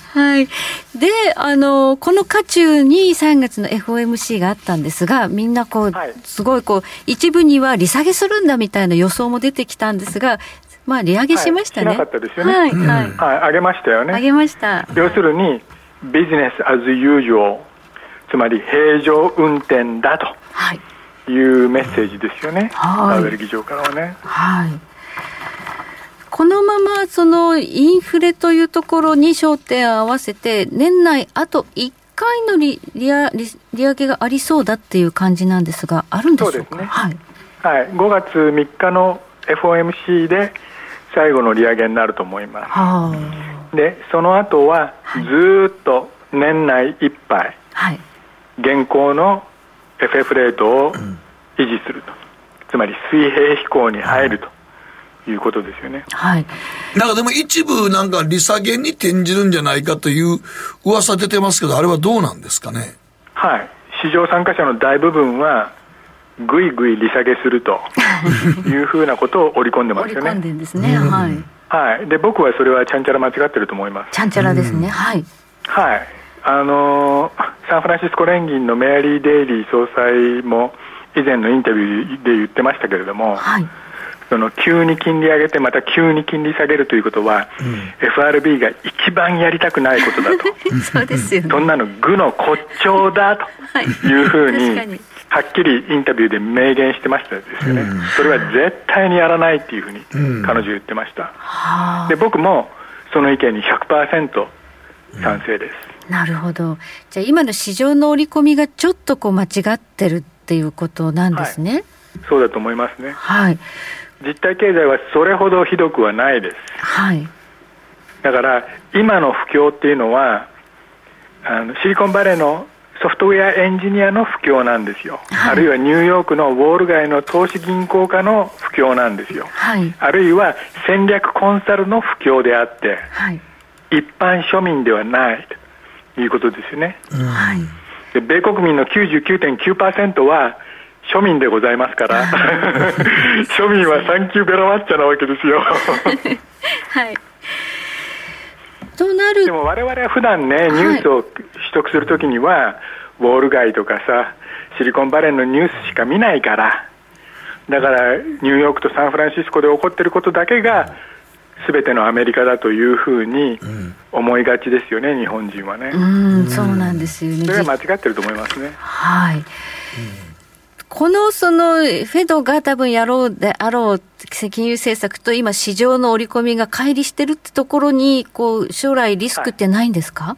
はい。で、あの、この渦中にさんがつの エフオーエムシー があったんですが、みんなこう、はい、すごいこう、一部には利下げするんだみたいな予想も出てきたんですが、まあ、利上げしましたね。 はい、しなかったですよね。 はい。 うん、はい。上げましたよね。 上げました。 要するに、ビジネス as usual、つまり平常運転だというメッセージですよね。はい。パウエル議長からはね。 はい。このままそのインフレというところに焦点を合わせて年内あといっかいの 利, 利, 利上げがありそうだっていう感じなんですが、あるんでしょうか。そうですね。はい、はい、 ごがつみっかの エフオーエムシー で最後の利上げになると思います。はあ、でその後はずっと年内いっぱい、はい、現行の エフエフ レートを維持すると、つまり水平飛行に入るということですよね。 はい。 なんかでも一部なんか利下げに転じるんじゃないかという噂出てますけど、あれはどうなんですかね。 はい。市場参加者の大部分はぐいぐい利下げするというふうなことを織り込んでますよね。 織り込んでるんですね。はい。 はい。で僕はそれはちゃんちゃら間違ってると思います。 ちゃんちゃらですね。はい。 はい。あのサンフランシスコ連銀のメアリー・デイリー総裁も以前のインタビューで言ってましたけれども。はい。その急に金利上げてまた急に金利下げるということは、うん、エフアールビー が一番やりたくないことだとそうですよね。 そんなの愚の骨頂だというふうに、はい、はっきりインタビューで明言してましたですよね、うん、それは絶対にやらないっていうふうに彼女言ってました、うん、で僕もその意見に ひゃくパーセント 賛成です、 うん、なるほど。じゃあ今の市場の織り込みがちょっとこう間違ってるっていうことなんですね、はい、 そうだと思いますね。 はい。 実体経済はそれほどひどくはないです。 はい。 だから今の不況っていうのはあのシリコンバレーのソフトウェアエンジニアの不況なんですよ、はい、あるいはニューヨークのウォール街の投資銀行家の不況なんですよ、はい、あるいは戦略コンサルの不況であって、はい、一般庶民ではないということですよね、はい、で米国民の きゅうじゅうきゅうてんきゅうパーセント は庶民でございますから庶民はサンキューベラ抹茶なわけですよはい。となるでも我々は普段ねニュースを取得するときには、はい、ウォール街とかさシリコンバレーのニュースしか見ないから、だからニューヨークとサンフランシスコで起こっていることだけが全てのアメリカだというふうに思いがちですよね、日本人はね。 うん、そうなんですよね。 それは間違ってると思いますね。 はい。うん、このそのフェドが多分やろうであろう金融政策と今市場の織り込みが乖離してるってところにこう将来リスクってないんですか？はい、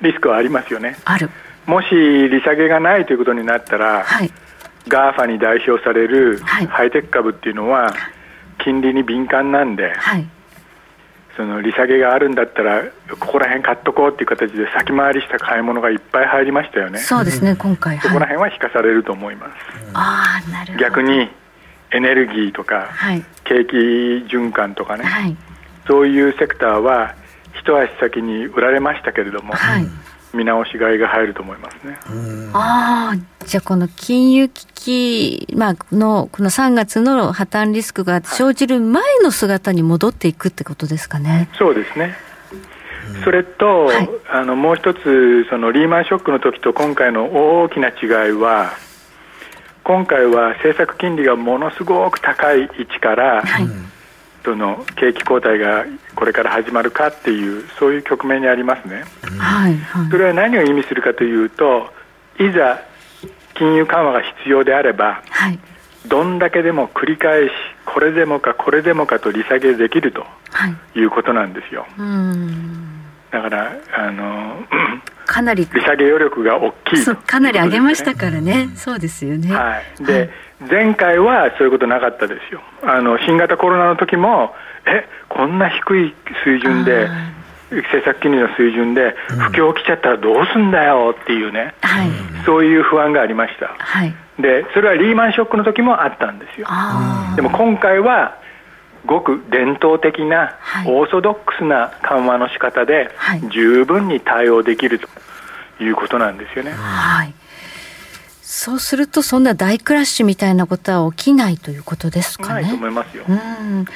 リスクはありますよね。 ある。 もし利下げがないということになったら、はい、ガーファ に代表されるハイテク株っていうのは金利に敏感なんで、はい、その利下げがあるんだったらここら辺買っとこうっていう形で先回りした買い物がいっぱい入りましたよね。 そうですね、今回。 そこら辺は引かされると思います。 ああ、なるほど。 逆にエネルギーとか、はい、景気循環とかね、はい、そういうセクターは一足先に売られましたけれども、はい、見直し買いが入ると思いますね。 ああ、じゃあこの金融危機、まあ、のこのさんがつの破綻リスクが生じる前の姿に戻っていくってことですかね。 そうですね。それと、はい、あのもう一つそのリーマンショックの時と今回の大きな違いは、今回は政策金利がものすごく高い位置から、はい、その景気後退がこれから始まるかっていうそういう局面にありますね、はいはい、それは何を意味するかというと、いざ金融緩和が必要であれば、はい、どんだけでも繰り返しこれでもかこれでもかと利下げできるということなんですよ、はい、うーんだからあのかなり利下げ余力が大きい、 そうかなり上げましたからね、うん、そうですよね、はい、 で、はい、前回はそういうことなかったですよ。あの新型コロナの時もえこんな低い水準で政策金利の水準で不況来ちゃったらどうすんだよっていうね、はい、そういう不安がありました、はい、でそれはリーマンショックの時もあったんですよ。でも今回はごく伝統的なオーソドックスな緩和の仕方で十分に対応できるということなんですよね、はい、 そうするとそんな大クラッシュみたいなことは起きないということですかね。 ないと思いますよ。 うん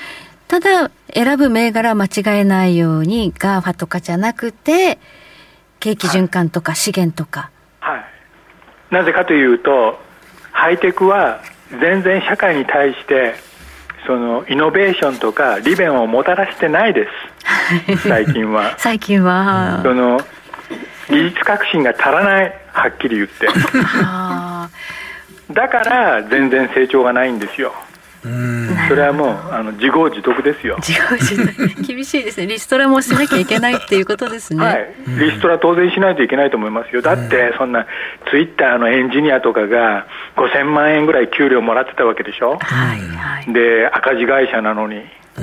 ただ選ぶ銘柄間違えないように ガーファ とかじゃなくて景気循環とか資源とか、 はい、なぜかというとハイテクは全然社会に対してそのイノベーションとか利便をもたらしてないです最近は最近はその技術革新が足らない、はっきり言ってだから全然成長がないんですよ。うーん、それはもうあの自業自得ですよ。 自業自得厳しいですね。リストラもしなきゃいけないっていうことですね。 はい、リストラ当然しないといけないと思いますよ。だってそんなツイッターのエンジニアとかがごせんまんえんぐらい給料もらってたわけでしょ、はいはい、で赤字会社なのに、うん、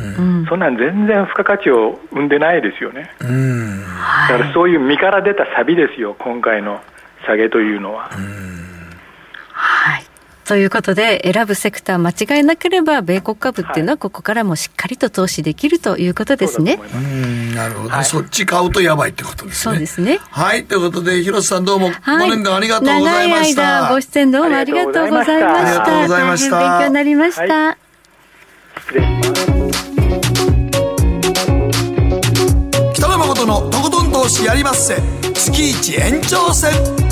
そんなん全然付加価値を生んでないですよね。うん、だからそういう身から出たサビですよ、今回の下げというのは。うん、 はい、ということで選ぶセクター間違えなければ米国株っていうのはここからもしっかりと投資できるということですね。 うん、なるほど、はい、そっち買うとやばいってことですね。 そうですね。 はい、ということで広瀬さんどうもごねんかんありがとうございました。 長い間ご出演どうもありがとうございました。ありがとうございました。大変勉強になりました。はい、失礼します。 北野誠のとことん投資やりまっせ月一延長戦。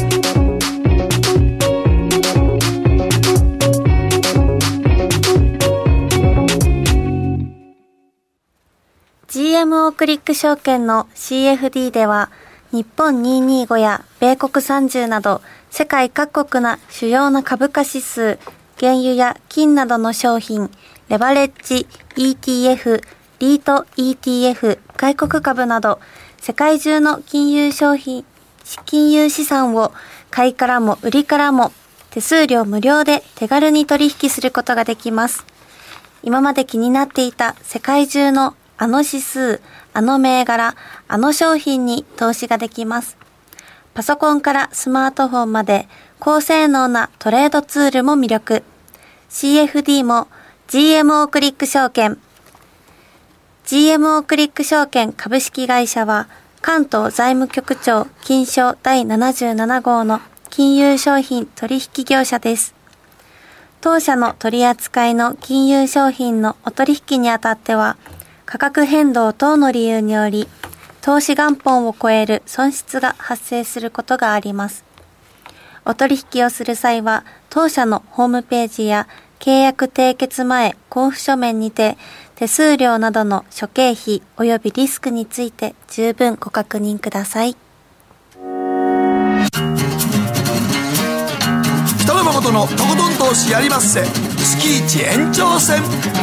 ジーエムオー クリック証券の シーエフディー では日本にひゃくにじゅうごや米国さんじゅうなど世界各国の主要な株価指数、原油や金などの商品、レバレッジ イーティーエフ、リート イーティーエフ、外国株など世界中の金融商品、金融資産を買いからも売りからも手数料無料で手軽に取引することができます。今まで気になっていた世界中のあの指数、あの銘柄、あの商品に投資ができます。パソコンからスマートフォンまで高性能なトレードツールも魅力。シーエフディー も ジーエムオー クリック証券。ジーエムオー クリック証券株式会社は関東財務局長金商だいななじゅうなな号の金融商品取引業者です。当社の取り扱いの金融商品のお取引にあたっては価格変動等の理由により投資元本を超える損失が発生することがあります。お取引をする際は当社のホームページや契約締結前交付書面にて手数料などの諸経費及びリスクについて十分ご確認ください。 北野誠のとことん投資やりまっせ月一延長戦。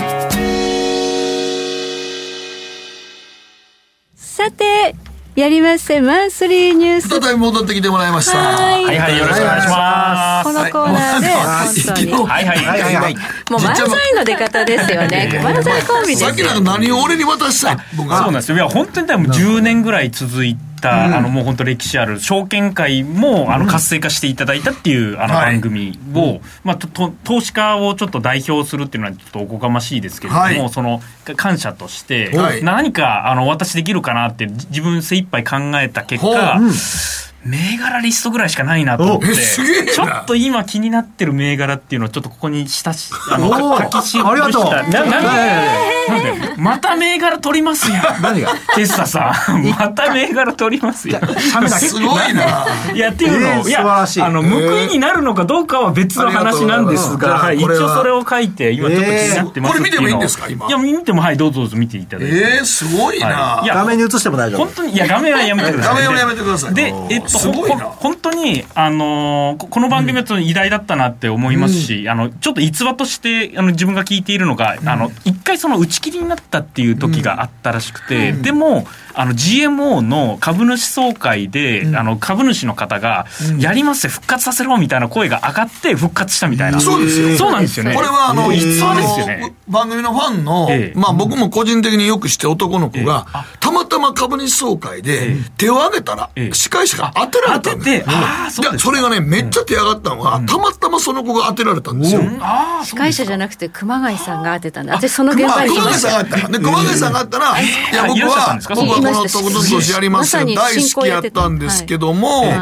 さてやりまっせマンスリーニュース再び戻ってきてもらいました。 はいはいはい、よろしくお願いします。 このコーナーで本当にはいはいはいはいはい、 もう漫才の出方ですよね。漫才コンビですよ。 さっきなんか何を俺に渡したん。 そうなんですよ。いや本当に多分じゅうねんぐらい続いた、うん、あのもう本当歴史ある証券会もあの活性化していただいたっていう、うん、あの番組を、はい、まあ、とと投資家をちょっと代表するっていうのはちょっとおこがましいですけれども、はい、その感謝として、はい、何かあのお渡しできるかなって自分精一杯考えた結果、うん、銘柄リストぐらいしかないなと思って、ちょっと今気になってる銘柄っていうのをちょっとここにしたしあの書き記した。ありがとう。なななんでまた銘柄取りますやん。何がテスタさんまた銘柄取りますやん。 すごいな。 いやっていうのを、えー、いやあの報いになるのかどうかは別の話なんですが、はい、一応それを書いて今ちょっと気になってます。 これ見てもいいんですか今。 いや見てもはいどうぞどうぞ見ていただいて。 えー、すごいな、 はい、いや画面に映しても大丈夫。 本当にいや画面はやめてください。 画面はやめてください。 でえっと本当にあのー、この番組はちょっと偉大だったなって思いますし、うん、あのちょっと逸話としてあの自分が聞いているのが、うん、あの一回その打ち切りになったっていう時があったらしくて、うん、でもあの ジーエムオー の株主総会で、うん、あの株主の方が、うん、やりますって復活させろみたいな声が上がって復活したみたいな、うん、 そうですよ。 そうなんですよね。 これはあの逸話ですよね。 番組のファンの、ええ、まあ僕も個人的によく知って男の子が、ええ、たまたま株主総会で手を挙げたら、ええ、司会者が当てられたんです。 ああ、そうです。 いやそれがねめっちゃ手上がったのは、うん、たまたまその子が当てられたんですよ。うん、 あ司会者じゃなくて熊谷さんが当てたんで、私その現場にいました。 熊谷さんがあったで熊谷さんがあったら、いや僕は僕はこのとことん投資やりますが大好きやったんですけども、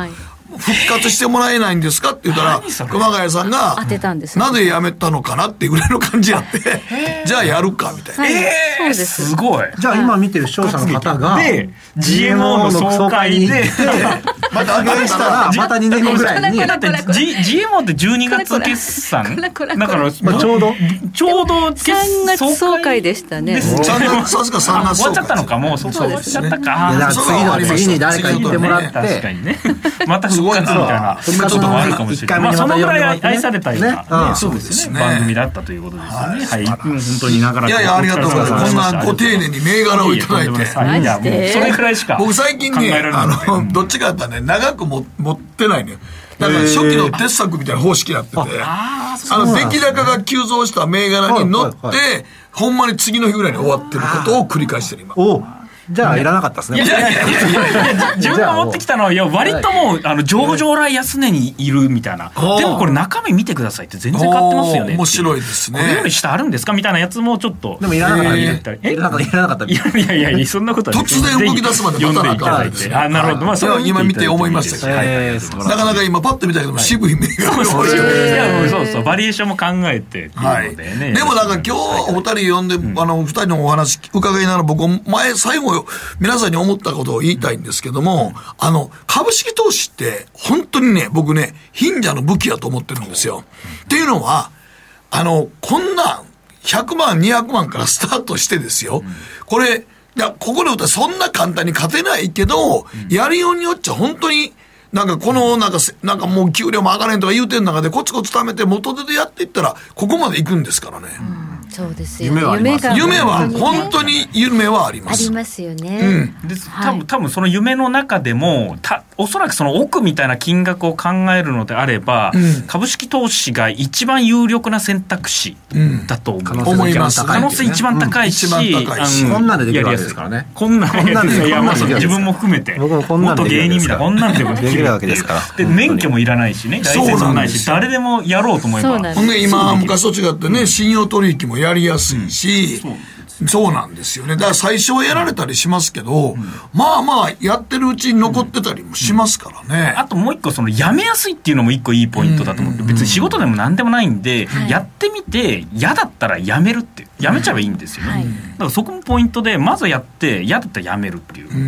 復活してもらえないんですかって言ったら、熊谷さんが当てたんです、ね、 なぜ辞めたのかなっていうぐらいの感じやってじゃあやるかみたいな、 えー、そうです、 すごい。 じゃあ今見てる視聴者の方がで ジーエムオー の総会でまた上げしたらまたにねんごぐらいにだって G- ジーエムオー ってじゅうにがつ決算だから、まあ、 ちょうどちょうどさんがつ総会でしたね。 さんがつさすがさんがつ終わっちゃったのか、もうそこ終わっちゃったか。 いや次の次に誰か言ってもらって、 確かにねまた復活みたいなこともあるかもしれない。まあそのぐらい愛されたようなそうですね番組だったということですよね。はい、本当に長らく。 いやいやありがとうございます。こんなご丁寧に銘柄をいただいて、 いやもうそれくらいしか僕最近ねあのどっちかやったらね長くも持ってないね。だから初期の鉄策みたいな方式やってて、あの出来高が急増した銘柄に乗ってほんまに次の日ぐらいに終わってることを繰り返してる今。 おじゃあいらなかったですね。 いやいやいやいや自分が持ってきたのは、いや割ともうあの上場来安値にいるみたいな。でもこれ中身見てくださいって全然変わってますよね。 面白いですね。 これより下あるんですかみたいなやつもちょっと。 でもいらなかった。えいらなかった。 いやいやいやそんなことは突然動き出すまで待たなかったです。 あなるほど。まあそれは今見て思いましたけど。なかなか今パッと見たけども渋い銘柄が多い。 いやそうそうバリエーションも考えて。はい。でもなんか今日お二人呼んであの二人のお話伺いながら僕前最後皆さんに思ったことを言いたいんですけども、あの株式投資って本当にね僕ね貧者の武器やと思ってるんですよ。っていうのはあのこんなひゃくまんにひゃくまんからスタートしてですよ、これいやここで打ったらそんな簡単に勝てないけど、やりようによっちゃ本当になんかこのなんかなんかもう給料も上がれんとか言うてん中でコツコツ貯めて元手でやっていったらここまで行くんですからね。 うん、そうですよ。 夢はあります。夢は本当に夢はあります。 ありますよね。 うん、で多分多分その夢の中でもたおそらくその億みたいな金額を考えるのであれば、うん、株式投資が一番有力な選択肢だと思います。 思います。 可能性一番高いし、 うん、一番高いし、こんなんでできるわけですからね。 こんなんでできる。いやまあ自分も含めて元芸人みたいなこんなんでもできるわけですから。 で免許もいらないしね、ライセンスもないし、誰でもやろうと思えば。 ほんで今昔と違ってね、信用取引もやりやすいし、そうなんですよね。だから最初はやられたりしますけど、うん、まあまあやってるうちに残ってたりもしますからね。 うん、あともう一個その辞めやすいっていうのも一個いいポイントだと思って、うん、別に仕事でも何でもないんで、うん、やってみて嫌だったら辞めるって辞めちゃえばいいんですよね。はい、だからそこもポイントでまずやって嫌だったら辞めるっていう、うんうん、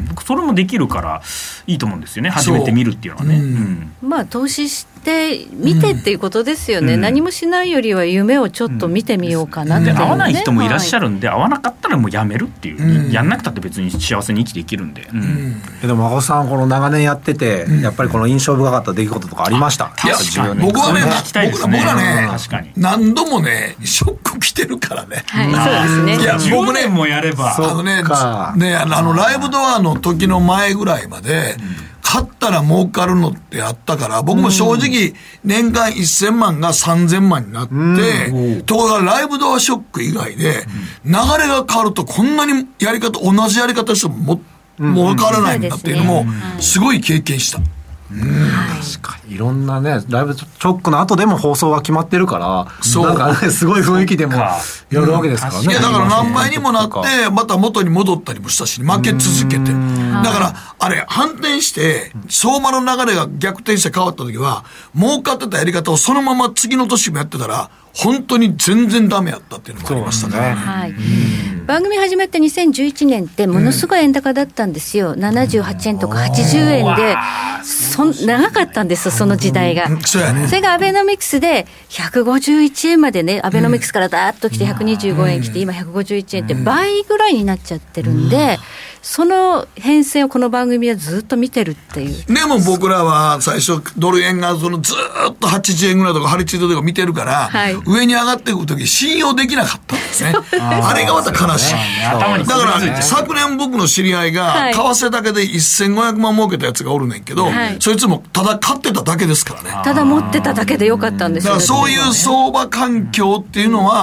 それもできるからいいと思うんですよね。初めて見るっていうのはね。うんうん、まあ投資して見てっていうことですよね。うん、何もしないよりは夢をちょっと見てみようかなって、ね。 で合わない人もいらっしゃるんで、はい、合わなかったらもうやめるっていう、うん、やんなくたって別に幸せに生きていけるんで、うんうん、 でも孫さんこの長年やってて、うん、やっぱりこの印象深かった出来事とかありました？ いや僕はね僕らね確かに何度もねショック来てるからね、 はい、そうですね。 いや僕ねもやればあのねねあのライブドアの時の前ぐらいまで、うん、買ったら儲かるのってあったから僕も正直年間せんまんがさんぜんまんになって、うん、ところがライブドアショック以外で流れが変わるとこんなにやり方同じやり方してももう分からないんだっていうのもすごい経験した。 うん、確かにいろんなねライブショックの後でも放送が決まってるからそうなんか、ね、すごい雰囲気でもやるわけですからね。 いやだから何倍にもなってまた元に戻ったりもしたし負け続けてだからあれ反転して相場の流れが逆転して変わった時は儲かってたやり方をそのまま次の年もやってたら本当に全然ダメやったっていうのもありましたね。 はい、番組始まってにせんじゅういちねんってものすごい円高だったんですよ。ななじゅうはちえんとかはちじゅうえんでそ長かったんですよその時代が。 そうやね、 それがアベノミクスでひゃくごじゅういちえんまでねアベノミクスからダーッと来てひゃくにじゅうごえん来て今ひゃくごじゅういちえんって倍ぐらいになっちゃってるんで、その変遷をこの番組はずっと見てるっていう。 でも僕らは最初ドル円がそのずっとはちじゅうえんぐらいとか張り付いてるとか見てるから、はい、上に上がっていく時信用できなかったんですね。あれがまた悲しい。だから昨年僕の知り合いが為替だけでせんごひゃくまん儲けたやつがおるねんけど、はい、そいつもただ買ってただけですからね。 ただ持ってただけでよかったんですよ。 だからそういう相場環境っていうのは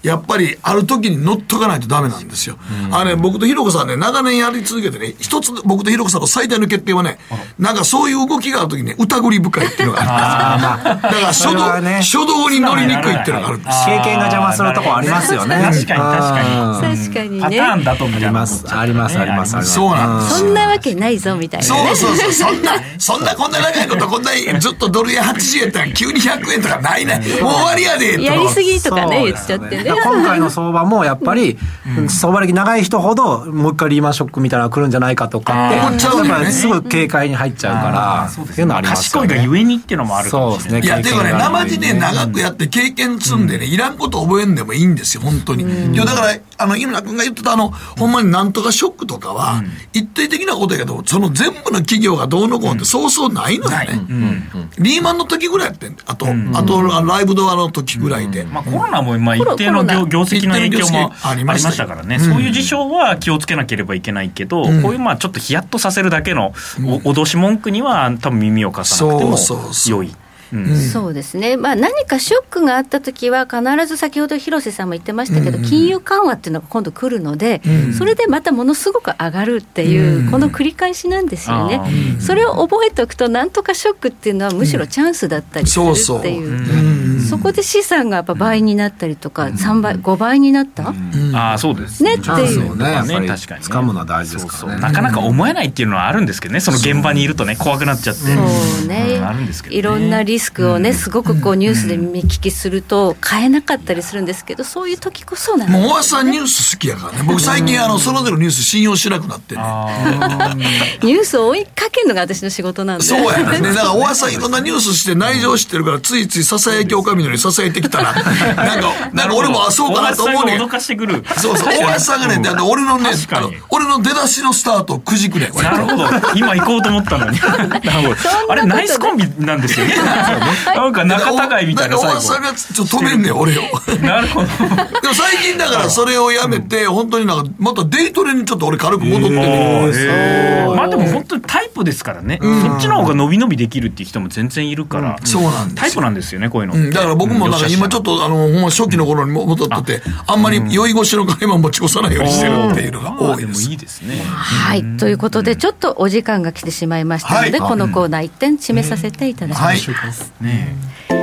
やっぱりある時に乗っとかないとダメなんですよ。あれ、ね、僕とひろこさんね、長年やり続けてね、一つ僕とひろこさんの最大の欠点はね、なんかそういう動きがある時にね、疑り深いっていうのがあるんです。だから初動、ね、初動に乗りにくいっていうのがあるんです。 経験が邪魔するとこありますよね。 確かに確かに。 確かにね。 パターンだと思います。ありますありますあります。 そうなんです。 そんなわけないぞみたいな、 ね。そうそうそう。そんな、そんなこんな長いことこんなにずっとドル円はちじゅうえんやったら急にひゃくえんとかないね。もう終わりやで。 やりすぎとかね、言っちゃってね。 今回の相場もやっぱり、うん、相場歴長い人ほどもう一回リーマンショックみたいなのが来るんじゃないかとかって思っちゃう、ね、やっぱりすぐ警戒に入っちゃうからっていうのはありますよね。 賢いがゆえにっていうのもあるかもしれない。 いやていうかね、生地ね長くやって経験積んでね、いらんこと覚えんでもいいんですよ本当に。いやだからあの井村君が言ってたあのほんまになんとかショックとかは、うん、一定的なことやけどその全部の企業がどうのこうのってそうそうないのよね、うんうん、リーマンの時ぐらいやってんあと、うん、あとライブドアの時ぐらいで、うんまあ、コロナもまあ一定の 業, 業績の影響もありましたからね、うん、そういう事象は気をつけなければいけないけど、うん、こういうまあちょっとヒヤッとさせるだけの脅し文句には多分耳を貸さなくても良い。 うん、そうですね、まあ、何かショックがあったときは必ず先ほど広瀬さんも言ってましたけど、うん、金融緩和っていうのが今度来るので、うん、それでまたものすごく上がるっていう、うん、この繰り返しなんですよね、うん、それを覚えておくとなんとかショックっていうのはむしろチャンスだったりするっていう、うん、そうそう、うん、そこで資産がやっぱ倍になったりとか、うん、さんばいごばいになった、うん、 あそうですねっていうチャンスをねやっぱり掴むのは大事ですからね。 そうそうなかなか思えないっていうのはあるんですけどね、その現場にいるとね怖くなっちゃって、 そうね、 うん、あるんですけどね、 いろんなリスクをねすごくこうニュースで見聞きすると買えなかったりするんですけど、そういう時こそなんです、ね、 もう大橋さんニュース好きやからね。僕最近あのその手のニュース信用しなくなってねニュースを追いかけるのが私の仕事なんで。 そうやね。だから大橋さんいろんなニュースして内情知ってるからついついささやきおかみのようにささやいてきたらなんかなんか俺もあそうかなと思うねん。 大橋さんが脅かしてくる。 そうそう大橋さんがね、あの俺のねあの俺の出だしのスタートをくじくねん。 なるほど。今行こうと思ったのにあれナイスコンビなんですよねなんか仲違いみたいな最後。 大橋さんがちょっと止めんねん俺をなるほど。 でも最近だからそれをやめて本当になんかまたデイトレにちょっと俺軽く戻ってね。まあでも本当にタイプですからね、うん、そっちの方が伸び伸びできるっていう人も全然いるから、 うん、そうなんですよ。 タイプなんですよねこういうの、 うん、だから僕もなんか今ちょっとあのほんま初期の頃に戻ってて あ, あんまり酔い越しの買い物持ち越さないようにしてるっていうのが多いです。 でもいいですね。 はい、ということでちょっとお時間が来てしまいましたので、はい、このコーナー一点締めさせていただきます、はいね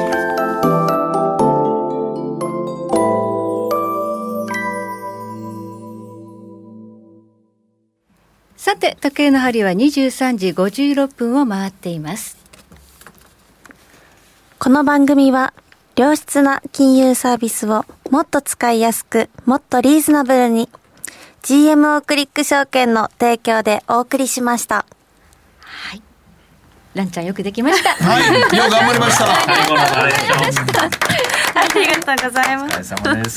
さて時計の針はにじゅうさんじごじゅうろっぷんを回っています。 この番組は良質な金融サービスをもっと使いやすくもっとリーズナブルに ジーエムオー クリック証券の提供でお送りしました。 はい、ランちゃんよくできました。 はい、よく頑張りました。 最後のナレーションありがとうございます。 お疲れ様です。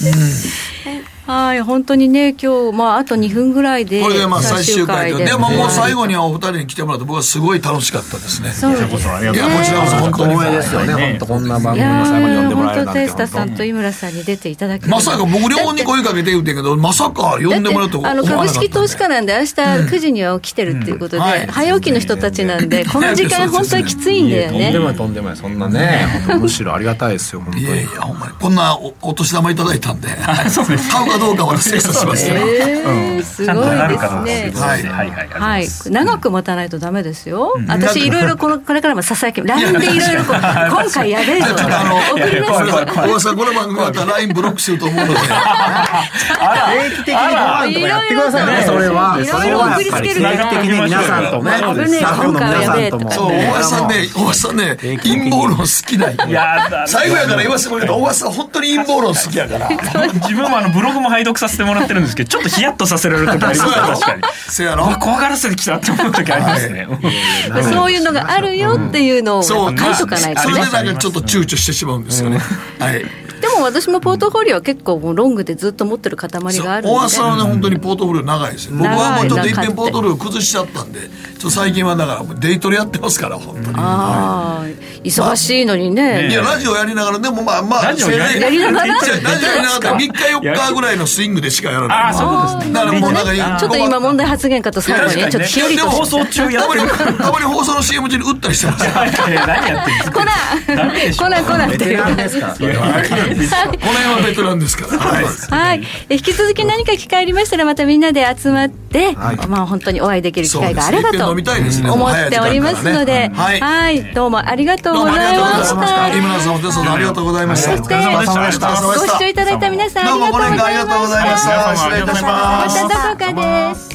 はい、本当にね今日、まあ、あとにふんぐらいでこれでまあ最終回で、でももう最後にはお二人に来てもらって僕はすごい楽しかったですね。 そうです。 いやこちらこそ本当に光栄ですよね。本当こんな番組の最後に呼んでもらえるなんて。 本当テイスタさんと井村さんに出ていただきまさか僕両方に声かけて言うてんけどまさか呼んでもらうと思わなかった。 あの株式投資家なんで明日くじには起きてるっていうことで、うんはい、早起きの人たちなんでこの時間本当にきついんだよね。 とんでもないとんでもないそんなねむしろありがたいですよ本当に。いやいやほんまにこんな お, お年玉いただいたんで買うかどうかは精査しますよ。 えー、すごいですね。 はいはいはいはい。長く待たないとダメですよ。うん、私いろいろこのこれからもささやき ライン でいろいろ今回やべえぞ。 ちょっとあの送りますよ。大橋さんこの番組だったら ライン ブロックすると思うので。 あら定期的にご飯とかやってくださいね。それはそれはやっぱり定期的に皆さんとねスタッフの皆さんとも。 そう大橋さんね大橋さんね陰謀論好きだよ。最後やから言わせてもらうけど大橋さん本当に陰謀論好きやから。 自分もあのブログも拝読させてもらってるんですけどちょっとヒヤッとさせられる時あります確かに。 そうやろ。 怖がらせてきたって思う時ありますね。 そういうのがあるよっていうのを書いとかないとね。 それでなんかちょっと躊躇してしまうんですよね。はい。 でも私もポートフォリオは結構ロングでずっと持ってる塊があるんで、ね、 大橋さんはね本当にポートフォリオ長いですよ。僕はもうちょっと一遍ポートフォリオ崩しちゃったんでちょっと最近はだからデイトレやってますから本当に。 ああ、忙しいのにね。 いやラジオやりながらでもまあまあラジオやりながらラジオやりながらみっかよっかぐらいのスイングでしかやらない。 ああそうですね。 だからもうなんかちょっと今問題発言かと最後にちょっと日和と放送中やってるたまに放送の シーエム 中に打ったりしてます。 何やってるんですか。 こらこらこらっていう感じですか。 この辺はベテランですから。はい。 はい。引き続き何か機会ありましたらまたみんなで集まって、はい、まあ本当にお会いできる機会があればと思っておりますので、はい、はい、どうもありがとうございました。 井村さんもですのでありがとうございました。 そしてご視聴いただいた皆さんありがとうございました。 どうもご連会ありがとうございました。失礼いたします。 またどこかです。